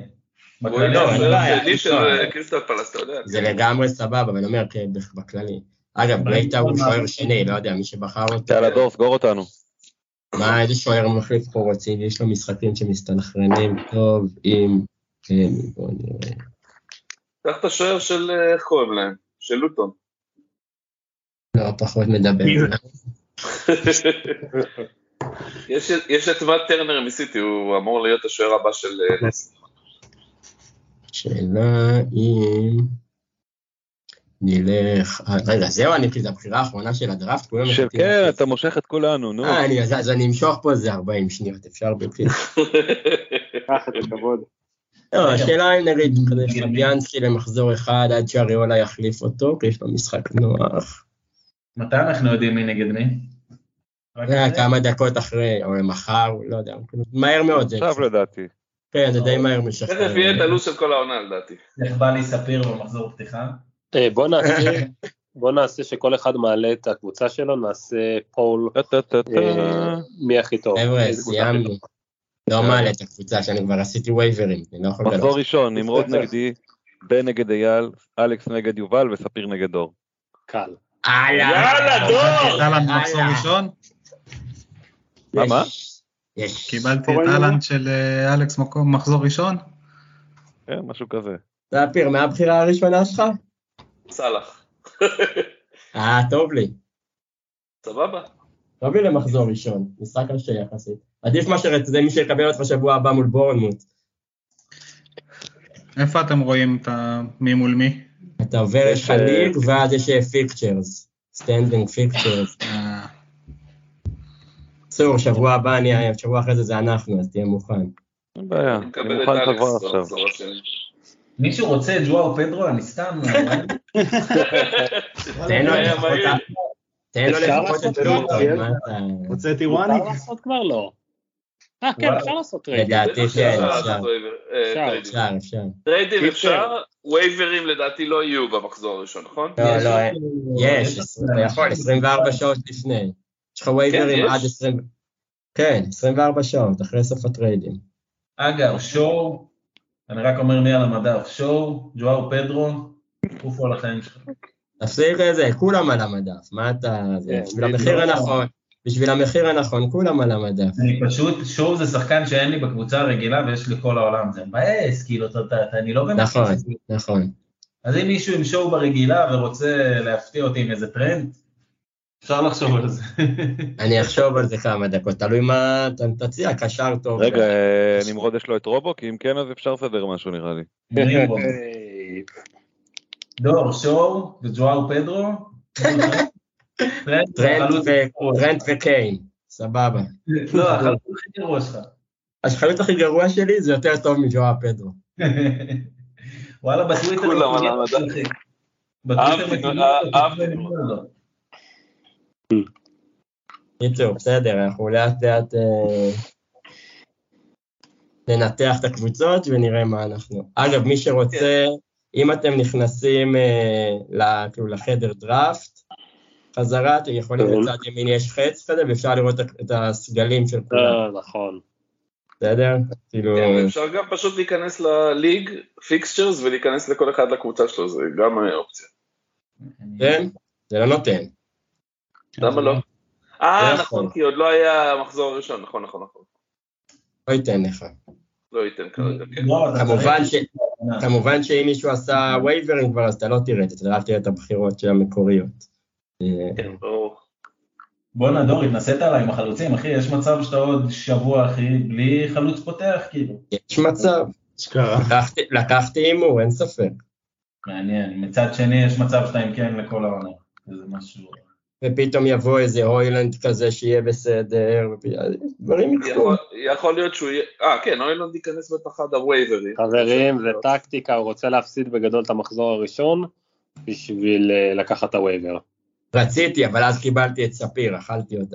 [SPEAKER 6] זה לגמרי סבבה, אבל אני אומר, בכללי. אגב, ברייטה הוא שוער שני, לא יודע, מי שבחר אותו.
[SPEAKER 1] יאללה, דור, סגור אותנו.
[SPEAKER 6] מה, איזה שוער מחליף פה רוצים? יש לו משחקים שמסתנכרנים טוב עם... בוא נראה.
[SPEAKER 2] קח את השוער של, איך קוראים להם? של לוטון.
[SPEAKER 6] לא, פחות מדבר.
[SPEAKER 2] יש את מאט טרנר מסיטי, הוא אמור להיות השוער הבא של...
[SPEAKER 6] שאלה אם... נלך... רגע, זהו, אני כאילו, הבחירה האחרונה של הדראפט,
[SPEAKER 1] כן, אתה מושך את כולנו, נו.
[SPEAKER 6] אז אני אמשוך פה איזה 40 שניות, אפשר בבחירה.
[SPEAKER 8] קח את הכבוד.
[SPEAKER 6] לא, השאלה אם נגיד, פביאנסקי למחזור אחד, עד שאריולה יחליף אותו, כי יש לו משחק נוח.
[SPEAKER 7] מתי אנחנו יודעים מי נגד מי?
[SPEAKER 6] כמה דקות אחרי, או מחר, לא יודע, מהר מאוד.
[SPEAKER 1] עכשיו לדעתי.
[SPEAKER 6] כן, זה די מהר משחרר.
[SPEAKER 2] תכף יהיה את הלו"ז של כל העונה, לדעתי.
[SPEAKER 7] איך בא לי ספיר במחזור פתיחה?
[SPEAKER 3] בוא נעשה שכל אחד מעלה את הקבוצה שלו, נעשה פול מי הכי טוב.
[SPEAKER 6] חבר'ה, סיימנו. לא מעלה את הקבוצה, שאני כבר עשיתי וייברים.
[SPEAKER 1] מחזור ראשון, נמרוד נגדי, בן נגד אייל, אלכס נגד יובל וספיר נגד דור.
[SPEAKER 3] קל.
[SPEAKER 2] יאללה, דור!
[SPEAKER 4] טלנט מחזור ראשון?
[SPEAKER 1] מה?
[SPEAKER 4] קיבלתי את טלנט של אלכס מחזור ראשון?
[SPEAKER 1] כן, משהו כזה.
[SPEAKER 6] ספיר, מה הבחירה הראשונה שלך?
[SPEAKER 2] סלח.
[SPEAKER 6] טוב לי.
[SPEAKER 2] סבבה.
[SPEAKER 6] טוב לי למחזור ראשון, משחק קשה יחסית. עדיף מה שרציתי, מי שיקבל אותך שבוע הבא מול בורנמוט.
[SPEAKER 4] איפה אתם רואים את מי מול מי?
[SPEAKER 6] אתה עובר את חליג, ואז יש פיקצ'רס. סטנדינג פיקצ'רס. צור, שבוע הבא שבוע אחרי זה אנחנו, אז תהיה מוכן.
[SPEAKER 1] אין בעיה, אני מוכן כבר עכשיו.
[SPEAKER 7] מישהו רוצה את ג'ואו פדרו? אני סתם...
[SPEAKER 6] תן לו לפחות את ג'ואו.
[SPEAKER 5] הוצאתי וואני?
[SPEAKER 3] אפשר לעשות כבר לא. כן, אפשר לעשות טריידים.
[SPEAKER 6] לדעתי כן, אפשר.
[SPEAKER 2] טריידים אפשר, וייברים לדעתי לא יהיו במחזור הראשון, נכון?
[SPEAKER 6] לא, יש, אתה יכול, 24 שעות לפני. יש לך וייברים עד 20... כן, 24 שעות, אחרי סוף הטריידים.
[SPEAKER 7] אגב, שואו, אני רק אומר מי על המדף, שואו, ג'ואו פדרו, תקופו על החיים שלך.
[SPEAKER 6] תפסיק את זה, כולם על המדף, מה אתה... בשביל המחיר הנכון, כולם על המדף.
[SPEAKER 7] אני פשוט, שואו זה שחקן שאין לי בקבוצה הרגילה, ויש לי כל העולם, זה מבאס, כאילו, אני לא באמת...
[SPEAKER 6] נכון.
[SPEAKER 7] אז אם מישהו עם שואו ברגילה, ורוצה להפתיע אותי עם איזה טרנד, אפשר לחשוב על זה.
[SPEAKER 6] אני אחשוב על זה כמה דקות, תלוי מה אתה תציע, קשר טוב.
[SPEAKER 1] רגע, נמרוד יש לו את רובו, כי אם כן אז אפשר לסדר משהו נראה לי.
[SPEAKER 7] דור, שואו וג'ואו פדרו,
[SPEAKER 6] טרנט וקיין, סבבה.
[SPEAKER 7] לא, החלוץ הכי גרוע שלך.
[SPEAKER 6] החלוץ הכי גרוע שלי זה יותר טוב מג'ואו פדרו.
[SPEAKER 7] וואלה, בטוויטר...
[SPEAKER 2] כולם על המדף.
[SPEAKER 7] אהבתי.
[SPEAKER 6] קיצור, בסדר, אנחנו לאט לאט ננתח את הקבוצות ונראה מה אנחנו. אגב, מי שרוצה, אם אתם נכנסים לחדר דראפט, חזרה, אתם יכולים בצד ימין יש חץ כזה, ואפשר לראות את הסגלים של כולם.
[SPEAKER 3] נכון.
[SPEAKER 6] בסדר?
[SPEAKER 2] אפשר גם פשוט להיכנס לליג, פיקסצ'רס, ולהיכנס לכל אחד לקבוצה שלו, זה גם אופציה.
[SPEAKER 6] כן? זה לא נותן.
[SPEAKER 2] למה לא? נכון, כי עוד לא היה מחזור ראשון, נכון.
[SPEAKER 6] לא ייתן לך.
[SPEAKER 2] לא ייתן כרגע, כן.
[SPEAKER 6] כמובן שאם מישהו עשה וייברים כבר, אז אתה לא תראה את זה, אתה רק תראה את הבחירות של המקוריות.
[SPEAKER 2] כן, ברור.
[SPEAKER 7] בוא נדור, התנסית עליי עם החלוצים, אחי, יש מצב שאתה עוד שבוע, אחי, בלי חלוץ פותח, כאילו.
[SPEAKER 6] יש מצב. לקחתי אימור, אין ספק.
[SPEAKER 7] מעניין, מצד שני יש מצב שאתה עם כן לכל העונה, זה משהו...
[SPEAKER 6] ופתאום יבוא איזה הוילנד כזה שיהיה בסדר, דברים יקרו.
[SPEAKER 2] יכול להיות שהוא יהיה, כן, הוילנד ייכנס בטח עד הווייברים.
[SPEAKER 3] חברים, זה טקטיקה, הוא רוצה להפסיד בגדול את המחזור הראשון, בשביל לקחת הווייבר.
[SPEAKER 6] רציתי, אבל אז קיבלתי את ספיר, אכלתי אותה.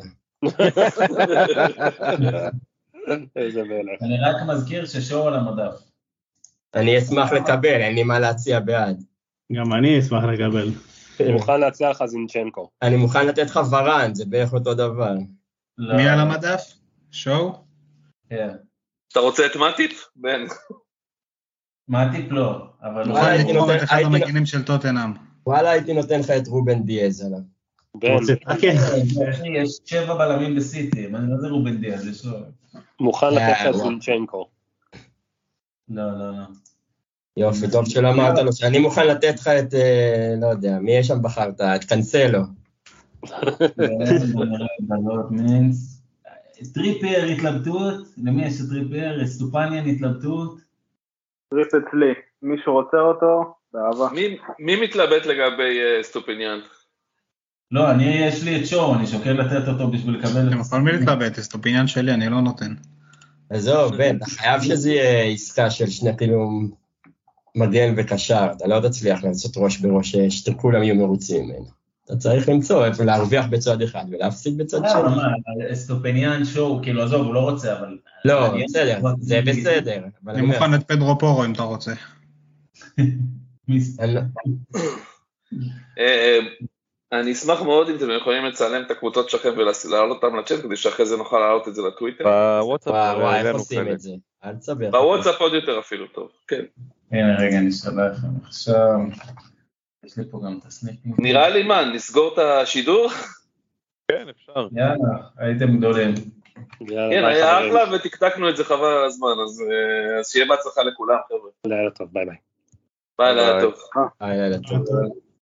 [SPEAKER 3] איזה מלך.
[SPEAKER 7] אני רק מזכיר ששואו על המדף.
[SPEAKER 6] אני אשמח לקבל, אין לי מה להציע בעד.
[SPEAKER 5] גם אני אשמח לקבל.
[SPEAKER 3] אני מוכן להציע לך זינצ'נקו.
[SPEAKER 6] אני מוכן לתת לך ורן, זה בערך אותו דבר.
[SPEAKER 4] מי על המדף? שואו?
[SPEAKER 7] כן.
[SPEAKER 2] אתה רוצה את מאטיפ? בן.
[SPEAKER 7] מאטיפ לא, אבל...
[SPEAKER 4] מוכן לתמוך את אחד המגינים של טוטנאם.
[SPEAKER 6] וואלה, הייתי נותן לך את רובן דיאז עליו.
[SPEAKER 7] יש 7 בלמים בסיטי, מה זה רובן דיאז? יש לו...
[SPEAKER 3] מוכן לתת את זינצ'נקו.
[SPEAKER 7] לא.
[SPEAKER 6] יופי, טוב שלא אמרת לו, שאני מוכן לתת לך את, לא יודע, מי יש שם בחרת? את קנסלו.
[SPEAKER 7] טריפייר התלבטות, למי יש את טריפייר? סטופניאן התלבטות?
[SPEAKER 8] טריפ אצלי, מישהו רוצה אותו? באהבה.
[SPEAKER 2] מי מתלבט לגבי סטופניאן?
[SPEAKER 7] לא, יש לי את שואו, אני שוקל לתת אותו בשביל לקבל...
[SPEAKER 4] אתם יכולים להתלבט, סטופניאן שלי, אני לא נותן.
[SPEAKER 6] עזוב, בן, אתה חייב שזה יהיה עסקה של שני כאילו מגן וקשר, אתה לא תצליח לעשות ראש בראש שכולם יהיו מרוצים ממנו. אתה צריך למצוא איפה להרוויח בצד אחד ולהפסיד בצד שני.
[SPEAKER 7] סטופניאן שואו, כאילו עזוב, הוא לא רוצה, אבל...
[SPEAKER 6] לא, בסדר, זה בסדר.
[SPEAKER 4] אני מוכן את פדרו פורו אם אתה רוצה.
[SPEAKER 2] אני אשמח מאוד אם אתם יכולים לצלם את הקבוצות שלכם ולהעלות אותם לצ'אט, כדי שאחרי זה נוכל להעלות את זה לטוויטר.
[SPEAKER 6] וואי, איך עושים את זה? אל תסבך.
[SPEAKER 2] בוואטסאפ עוד יותר אפילו טוב, כן.
[SPEAKER 7] הנה רגע, אני אשאלה לכם עכשיו. יש לי פה גם את הסניק.
[SPEAKER 2] נראה לי מה, נסגור את השידור?
[SPEAKER 1] כן, אפשר.
[SPEAKER 7] יאללה, הייתם גדולים.
[SPEAKER 2] כן, היה אחלה ותקתקנו את זה חבל על הזמן, אז שיהיה בהצלחה לכולם, חבר'ה.
[SPEAKER 3] לילה טוב, ביי ביי.
[SPEAKER 2] ביי, לילה טוב.
[SPEAKER 6] לילה טוב.